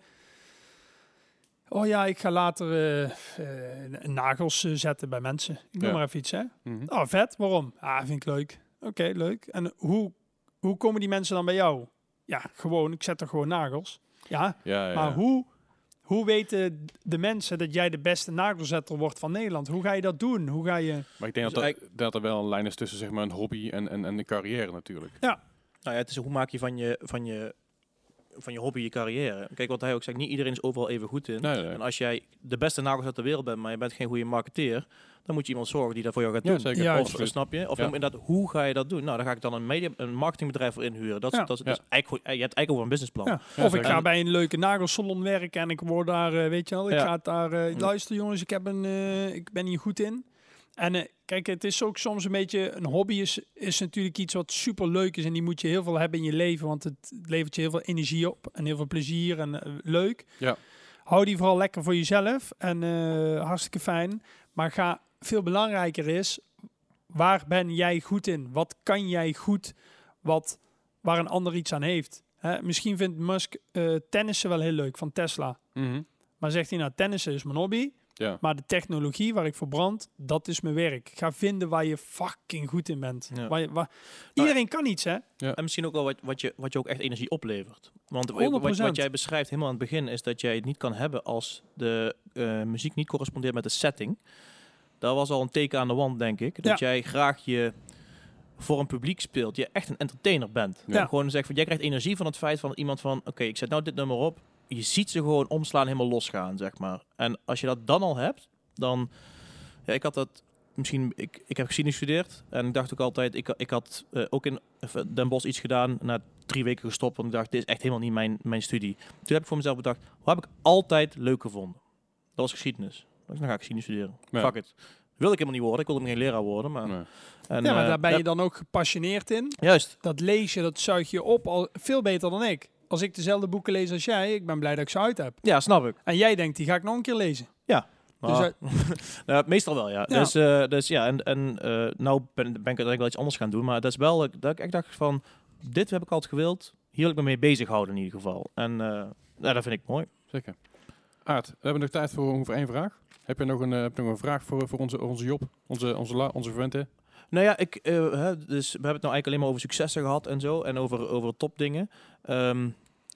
oh ja, ik ga later uh, uh, nagels uh, zetten bij mensen. Ik noem ja. maar even iets, hè. Mm-hmm. Oh, vet. Waarom? Ah, vind ik leuk. Oké, okay, leuk. En hoe, hoe komen die mensen dan bij jou? Ja, gewoon. Ik zet er gewoon nagels. Ja, ja, ja maar ja. hoe... Hoe weten de mensen dat jij de beste nagelzetter wordt van Nederland? Hoe ga je dat doen? Hoe ga je... Maar ik denk dus dat, er, dat er wel een lijn is tussen zeg maar, een hobby en, en, en de carrière natuurlijk. Ja. Nou ja, het is hoe maak je van je, van je, van je hobby je carrière. Kijk, wat hij ook zegt, niet iedereen is overal even goed in. Nee, nee. En als jij de beste nagelzetter ter wereld bent, maar je bent geen goede marketeer, dan moet je iemand zorgen die dat voor jou gaat ja, doen. Zeker. Ja, of, snap je? Of ja. inderdaad, hoe ga je dat doen? Nou, dan ga ik dan een, media, een marketingbedrijf voor inhuren. Dat, ja. dat, dat ja. is eigenlijk, je hebt eigenlijk over een businessplan. Ja. Ja, of ik ga en, bij een leuke nagelsalon werken en ik word daar, uh, weet je wel, ik ja. ga daar, uh, luister jongens, ik, heb een, uh, ik ben hier goed in. En uh, kijk, het is ook soms een beetje, een hobby is, is natuurlijk iets wat super leuk is en die moet je heel veel hebben in je leven, want het levert je heel veel energie op en heel veel plezier en uh, leuk. Ja. Hou die vooral lekker voor jezelf en uh, hartstikke fijn, maar ga... Veel belangrijker is, waar ben jij goed in? Wat kan jij goed, wat, waar een ander iets aan heeft? Hè? Misschien vindt Musk uh, tennissen wel heel leuk, van Tesla. Mm-hmm. Maar zegt hij, nou, tennissen is mijn hobby. Ja. Maar de technologie waar ik voor brand, dat is mijn werk. Ga vinden waar je fucking goed in bent. Ja. Waar je, waar... Iedereen kan iets, hè? Ja. En misschien ook wel wat, wat, je, wat je ook echt energie oplevert. Want wat, wat jij beschrijft helemaal aan het begin, is dat jij het niet kan hebben als de uh, muziek niet correspondeert met de setting. Dat was al een teken aan de wand, denk ik. Dat ja. jij graag je voor een publiek speelt. Je echt een entertainer bent. Ja. Gewoon zeggen van, jij krijgt energie van het feit van iemand van... Oké, okay, ik zet nou dit nummer op. Je ziet ze gewoon omslaan, helemaal losgaan, zeg maar. En als je dat dan al hebt, dan... Ja, ik had dat... Misschien... Ik, ik heb geschiedenis gestudeerd. En ik dacht ook altijd... Ik, ik had uh, ook in Den Bosch iets gedaan. Na drie weken gestopt. Want ik dacht, dit is echt helemaal niet mijn, mijn studie. Toen heb ik voor mezelf bedacht... Wat heb ik altijd leuk gevonden? Dat was geschiedenis. Dan ga ik geschiedenis studeren. Ja. Fuck it. Wil ik helemaal niet worden. Ik wilde geen leraar worden. Maar, nee. en, ja, maar daar ben je dan ook gepassioneerd in. Juist. Dat lees je, dat zuig je op. Al veel beter dan ik. Als ik dezelfde boeken lees als jij, ik ben blij dat ik ze uit heb. Ja, snap ik. En jij denkt, die ga ik nog een keer lezen. Ja. Dus ah. uh, meestal wel, ja. ja. Dus, uh, dus ja, en, en uh, nou ben, ben ik uiteindelijk wel iets anders gaan doen. Maar dat is wel, dat ik echt dacht van, dit heb ik altijd gewild. Hier wil ik me mee bezighouden in ieder geval. En uh, nou, dat vind ik mooi. Zeker. Aart, we hebben nog tijd voor ongeveer één vraag. Heb je nog een, uh, heb je nog een vraag voor, voor onze, onze Job, onze, onze, la, onze verwente? Nou ja, ik, uh, hè, dus we hebben het nou eigenlijk alleen maar over successen gehad en zo. En over, over topdingen. Um,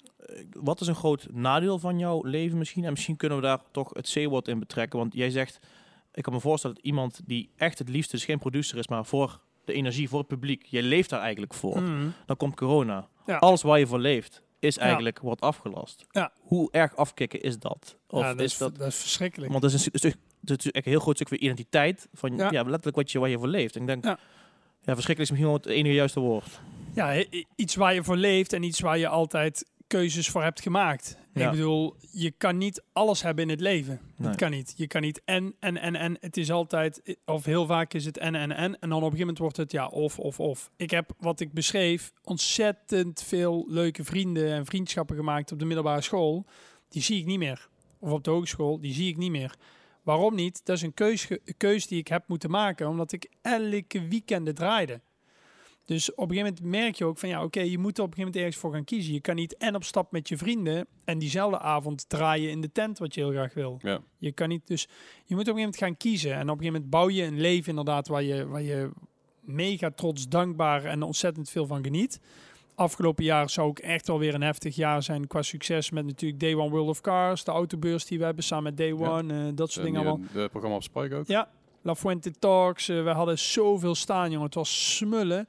wat is een groot nadeel van jouw leven misschien? En misschien kunnen we daar toch het C-woord in betrekken. Want jij zegt, ik kan me voorstellen dat iemand die echt het liefst dus geen producer is, maar voor de energie, voor het publiek. Jij leeft daar eigenlijk voor. Mm. Dan komt corona. Ja. Alles waar je voor leeft is eigenlijk, ja. wordt afgelast. Ja. Hoe erg afkicken is dat? Of ja, dat, is dat, dat is verschrikkelijk. Want dat is een, een, stuk, dat is een heel groot stuk van identiteit. Van ja. ja, letterlijk wat je, waar je voor leeft. En ik denk, ja. ja, verschrikkelijk is misschien wel het enige juiste woord. Ja, iets waar je voor leeft en iets waar je altijd keuzes voor hebt gemaakt. Ja. Ik bedoel, je kan niet alles hebben in het leven. Nee. Dat kan niet. Je kan niet en, en, en, en. Het is altijd, of heel vaak is het en, en, en. En dan op een gegeven moment wordt het ja, of, of, of. Ik heb, wat ik beschreef, ontzettend veel leuke vrienden en vriendschappen gemaakt op de middelbare school. Die zie ik niet meer. Of op de hogeschool, die zie ik niet meer. Waarom niet? Dat is een keus, keus die ik heb moeten maken, omdat ik elke weekenden draaide. Dus op een gegeven moment merk je ook van ja, oké, okay, je moet er op een gegeven moment ergens voor gaan kiezen. Je kan niet en op stap met je vrienden en diezelfde avond draaien in de tent wat je heel graag wil. Ja. Je kan niet, dus je moet op een gegeven moment gaan kiezen. En op een gegeven moment bouw je een leven inderdaad waar je, waar je mega trots, dankbaar en ontzettend veel van geniet. Afgelopen jaar zou ook echt wel weer een heftig jaar zijn qua succes met natuurlijk Day One World of Cars, de autobeurs die we hebben samen met Day One, ja. uh, dat soort en dingen allemaal. Het programma op Spike ook. Ja, La Fuente Talks, uh, we hadden zoveel staan, jongen. Het was smullen.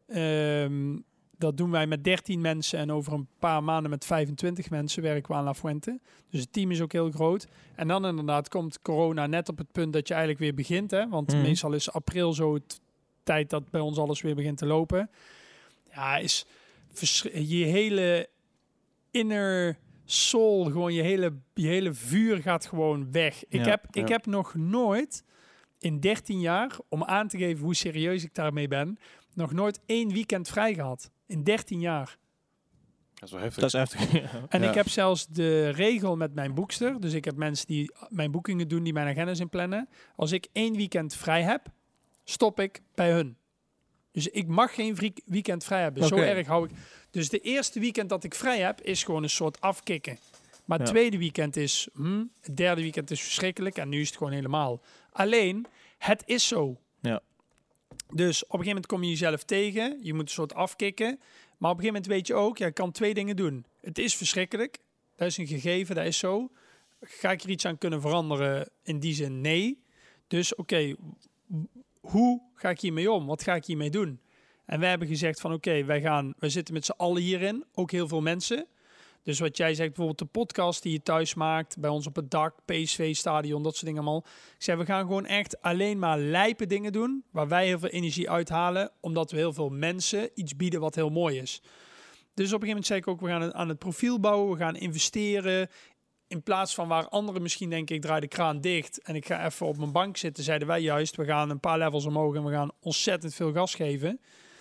Um, dat doen wij met dertien mensen en over een paar maanden met vijfentwintig mensen werken we aan La Fuente. Dus het team is ook heel groot. En dan inderdaad komt corona net op het punt dat je eigenlijk weer begint. Hè? Want mm. meestal is april zo het tijd dat bij ons alles weer begint te lopen. Ja, is je hele inner soul, gewoon je hele, je hele vuur gaat gewoon weg. Ik, Ja, heb, ik ja. heb nog nooit in dertien jaar, om aan te geven hoe serieus ik daarmee ben, nog nooit één weekend vrij gehad. In dertien jaar. Dat is wel heftig. Dat is heftig. Ja. En Ja. ik heb zelfs de regel met mijn boekster. Dus ik heb mensen die mijn boekingen doen, die mijn agenda's inplannen. Als ik één weekend vrij heb, stop ik bij hun. Dus ik mag geen vrie- weekend vrij hebben. Zo Oké. erg hou ik. Dus de eerste weekend dat ik vrij heb, is gewoon een soort afkicken. Maar het Ja. tweede weekend is, hm, het derde weekend is verschrikkelijk. En nu is het gewoon helemaal. Alleen, het is zo. Ja. Dus op een gegeven moment kom je jezelf tegen. Je moet een soort afkicken. Maar op een gegeven moment weet je ook, ja, ik kan twee dingen doen. Het is verschrikkelijk. Dat is een gegeven, dat is zo. Ga ik er iets aan kunnen veranderen? In die zin, nee. Dus oké, w- hoe ga ik hiermee om? Wat ga ik hiermee doen? En wij hebben gezegd van oké, wij gaan, wij zitten met z'n allen hierin. Ook heel veel mensen. Dus wat jij zegt, bijvoorbeeld de podcast die je thuis maakt, bij ons op het dak, P S V-stadion, dat soort dingen allemaal. Ik zeg, we gaan gewoon echt alleen maar lijpe dingen doen, waar wij heel veel energie uithalen, omdat we heel veel mensen iets bieden wat heel mooi is. Dus op een gegeven moment zei ik ook, we gaan het- aan het profiel bouwen, we gaan investeren. In plaats van waar anderen misschien denken, ik draai de kraan dicht en ik ga even op mijn bank zitten, zeiden wij juist, we gaan een paar levels omhoog en we gaan ontzettend veel gas geven.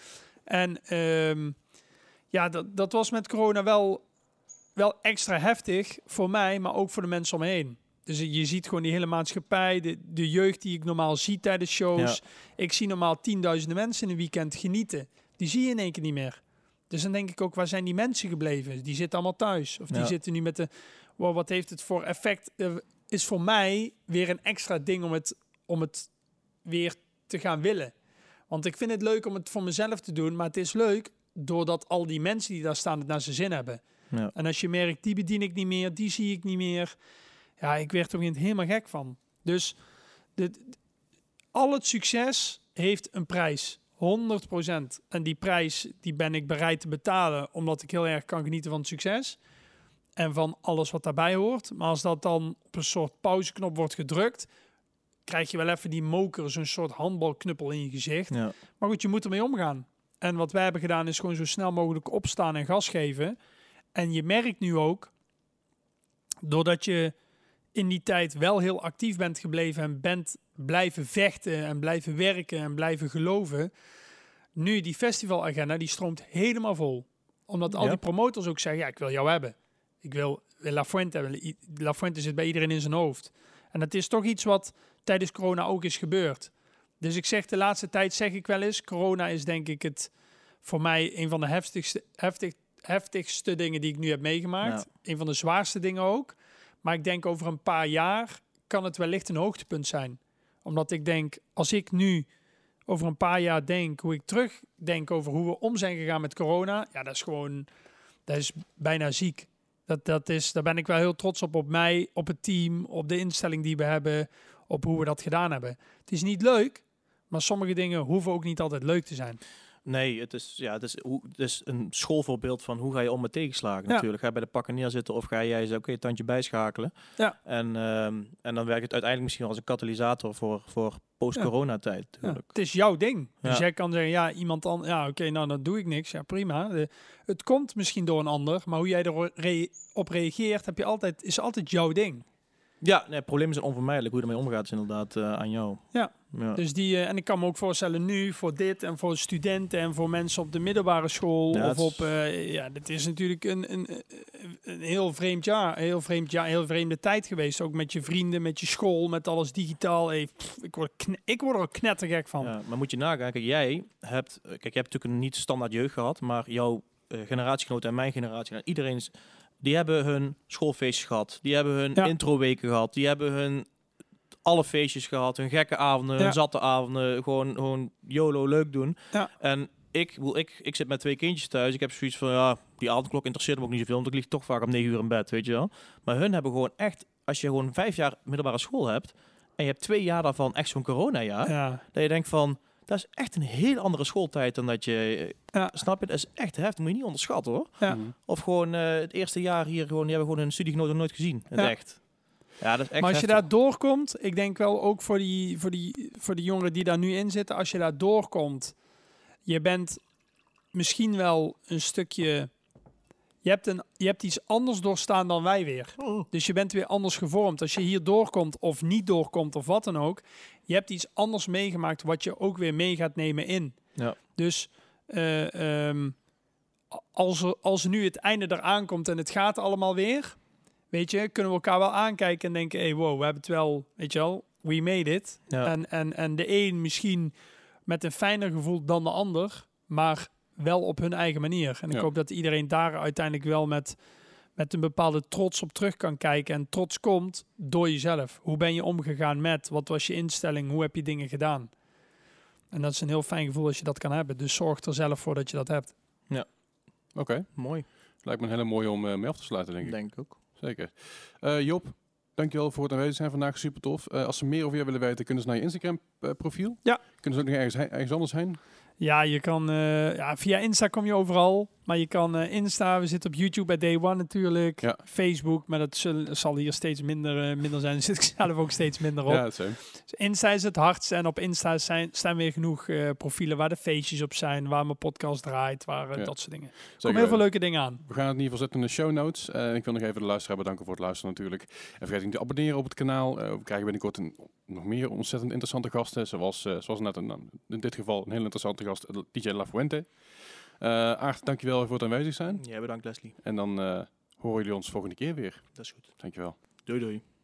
En ehm, ja, dat, dat was met corona wel... wel extra heftig voor mij, maar ook voor de mensen om me heen. Dus je ziet gewoon die hele maatschappij, de, de jeugd die ik normaal zie tijdens shows. Ja. Ik zie normaal tienduizenden mensen in een weekend genieten. Die zie je in één keer niet meer. Dus dan denk ik ook, waar zijn die mensen gebleven? Die zitten allemaal thuis. Of die Ja. zitten nu met de... Wow, wat heeft het voor effect? Uh, is voor mij weer een extra ding om het, om het weer te gaan willen. Want ik vind het leuk om het voor mezelf te doen, maar het is leuk doordat al die mensen die daar staan het naar zijn zin hebben. Ja. En als je merkt, die bedien ik niet meer, die zie ik niet meer. Ja, ik werd er op een gegeven moment helemaal gek van. Dus de, de- al het succes heeft een prijs. honderd procent. En die prijs die ben ik bereid te betalen, omdat ik heel erg kan genieten van het succes. En van alles wat daarbij hoort. Maar als dat dan op een soort pauzeknop wordt gedrukt, krijg je wel even die moker, zo'n soort handbalknuppel in je gezicht. Ja. Maar goed, je moet ermee omgaan. En wat wij hebben gedaan is gewoon zo snel mogelijk opstaan en gas geven. En je merkt nu ook, doordat je in die tijd wel heel actief bent gebleven en bent blijven vechten en blijven werken en blijven geloven. Nu die festivalagenda, die stroomt helemaal vol. Omdat al Ja. die promotors ook zeggen, ja, ik wil jou hebben. Ik wil La Fuente hebben. I- La Fuente zit bij iedereen in zijn hoofd. En dat is toch iets wat tijdens corona ook is gebeurd. Dus ik zeg de laatste tijd, zeg ik wel eens, corona is denk ik het voor mij een van de heftigste, heftig, heftigste dingen die ik nu heb meegemaakt. Een van de zwaarste dingen ook. Maar ik denk over een paar jaar kan het wellicht een hoogtepunt zijn. Omdat ik denk, als ik nu over een paar jaar denk, hoe ik terugdenk over hoe we om zijn gegaan met corona. Ja, dat is gewoon, dat is bijna ziek. Dat, dat is, daar ben ik wel heel trots op, op mij, op het team, op de instelling die we hebben, op hoe we dat gedaan hebben. Het is niet leuk, maar sommige dingen hoeven ook niet altijd leuk te zijn. Nee, het is, ja, het, is, hoe, het is een schoolvoorbeeld van hoe ga je om met tegenslagen Ja. natuurlijk. Ga je bij de pakken neerzitten of ga jij zeggen, oké, tandje bijschakelen. Ja. En, ehm, en dan werkt het uiteindelijk misschien wel als een katalysator voor, voor post-corona-tijd Ja, natuurlijk. het is jouw ding. Dus Ja. jij kan zeggen, ja, iemand dan, ja, oké, nou, dan doe ik niks. Ja, prima. De, het komt misschien door een ander, maar hoe jij erop re- op reageert, heb je altijd, is altijd jouw ding. Ja, nee, problemen zijn onvermijdelijk. Hoe je ermee omgaat is inderdaad uh, aan jou. Ja. Ja. Dus die, uh, en ik kan me ook voorstellen nu, voor dit en voor studenten en voor mensen op de middelbare school Ja, of het op, is- uh, ja, dit is natuurlijk een, een, een heel vreemd jaar, een heel vreemd jaar, een heel vreemde tijd geweest. Ook met je vrienden, met je school, met alles digitaal. Hey, pff, ik, word kne- ik word er ook knettergek van. Ja, maar moet je nagaan, kijk, jij hebt, kijk, je hebt natuurlijk een niet standaard jeugd gehad, maar jouw uh, generatiegenoten en mijn generatie, en iedereen is, die hebben hun schoolfeestjes gehad, die hebben hun Ja. introweken gehad, die hebben hun alle feestjes gehad, hun gekke avonden, Ja. hun zatte avonden, gewoon, gewoon YOLO leuk doen. Ja. En ik, wil, ik, ik zit met twee kindjes thuis, ik heb zoiets van, ja, die avondklok interesseert me ook niet zoveel, want ik lig toch vaak om negen uur in bed, weet je wel. Maar hun hebben gewoon echt, als je gewoon vijf jaar middelbare school hebt, en je hebt twee jaar daarvan echt zo'n corona-jaar, Ja. dat je denkt van, dat is echt een heel andere schooltijd dan dat je... Ja. Snap je? Dat is echt heftig. Moet je niet onderschatten, hoor. Ja. Mhm. Of gewoon uh, het eerste jaar hier, gewoon, die hebben gewoon hun studiegenoten nooit gezien. Het Ja. echt. Ja, dat is echt Maar als je heftig. daar doorkomt, ik denk wel ook voor die, voor, die, voor die jongeren die daar nu in zitten, als je daar doorkomt, je bent misschien wel een stukje, je hebt, een, je hebt iets anders doorstaan dan wij weer. Oh. Dus je bent weer anders gevormd. Als je hier doorkomt of niet doorkomt of wat dan ook. Je hebt iets anders meegemaakt wat je ook weer mee gaat nemen in. Ja. Dus uh, um, als, er, als nu het einde eraan komt en het gaat allemaal weer. Weet je, kunnen we elkaar wel aankijken en denken, hey, wow, we hebben het wel, weet je wel, we made it. Ja. En, en, en de een misschien met een fijner gevoel dan de ander, maar wel op hun eigen manier. En ik Ja. hoop dat iedereen daar uiteindelijk wel met, met een bepaalde trots op terug kan kijken. En trots komt door jezelf. Hoe ben je omgegaan met? Wat was je instelling? Hoe heb je dingen gedaan? En dat is een heel fijn gevoel als je dat kan hebben. Dus zorg er zelf voor dat je dat hebt. Oké. Okay. Mooi. Lijkt me een hele mooie om uh, mee af te sluiten, denk ik. Denk ik ook. Zeker. Uh, Job, dankjewel voor het aanwezig zijn vandaag. Super tof. Uh, als ze meer over jou willen weten, kunnen ze naar je Instagram uh, profiel. Ja. Kunnen ze ook nog ergens, ergens anders heen? Ja, je kan uh, ja, via Insta kom je overal. Maar je kan uh, Insta, we zitten op YouTube bij Day One natuurlijk. Ja. Facebook, maar dat zul, zal hier steeds minder, uh, minder zijn. Daar zit ik zelf ook steeds minder op. Ja, same. Dus Insta is het hardst. En op Insta zijn, staan weer genoeg uh, profielen waar de feestjes op zijn. Waar mijn podcast draait. Waar uh, ja. dat soort dingen. Er komen heel veel leuke dingen aan. We gaan het in ieder geval zetten in de show notes. Uh, ik wil nog even de luisteraar bedanken voor het luisteren natuurlijk. En vergeet niet te abonneren op het kanaal. Uh, we krijgen binnenkort een, nog meer ontzettend interessante gasten. Zoals, uh, zoals net een, in dit geval een heel interessante gast, D J La Fuente. Uh, Aart, dankjewel voor het aanwezig zijn. Ja, bedankt Leslie. En dan uh, horen jullie ons volgende keer weer. Dat is goed. Dankjewel. Doei doei.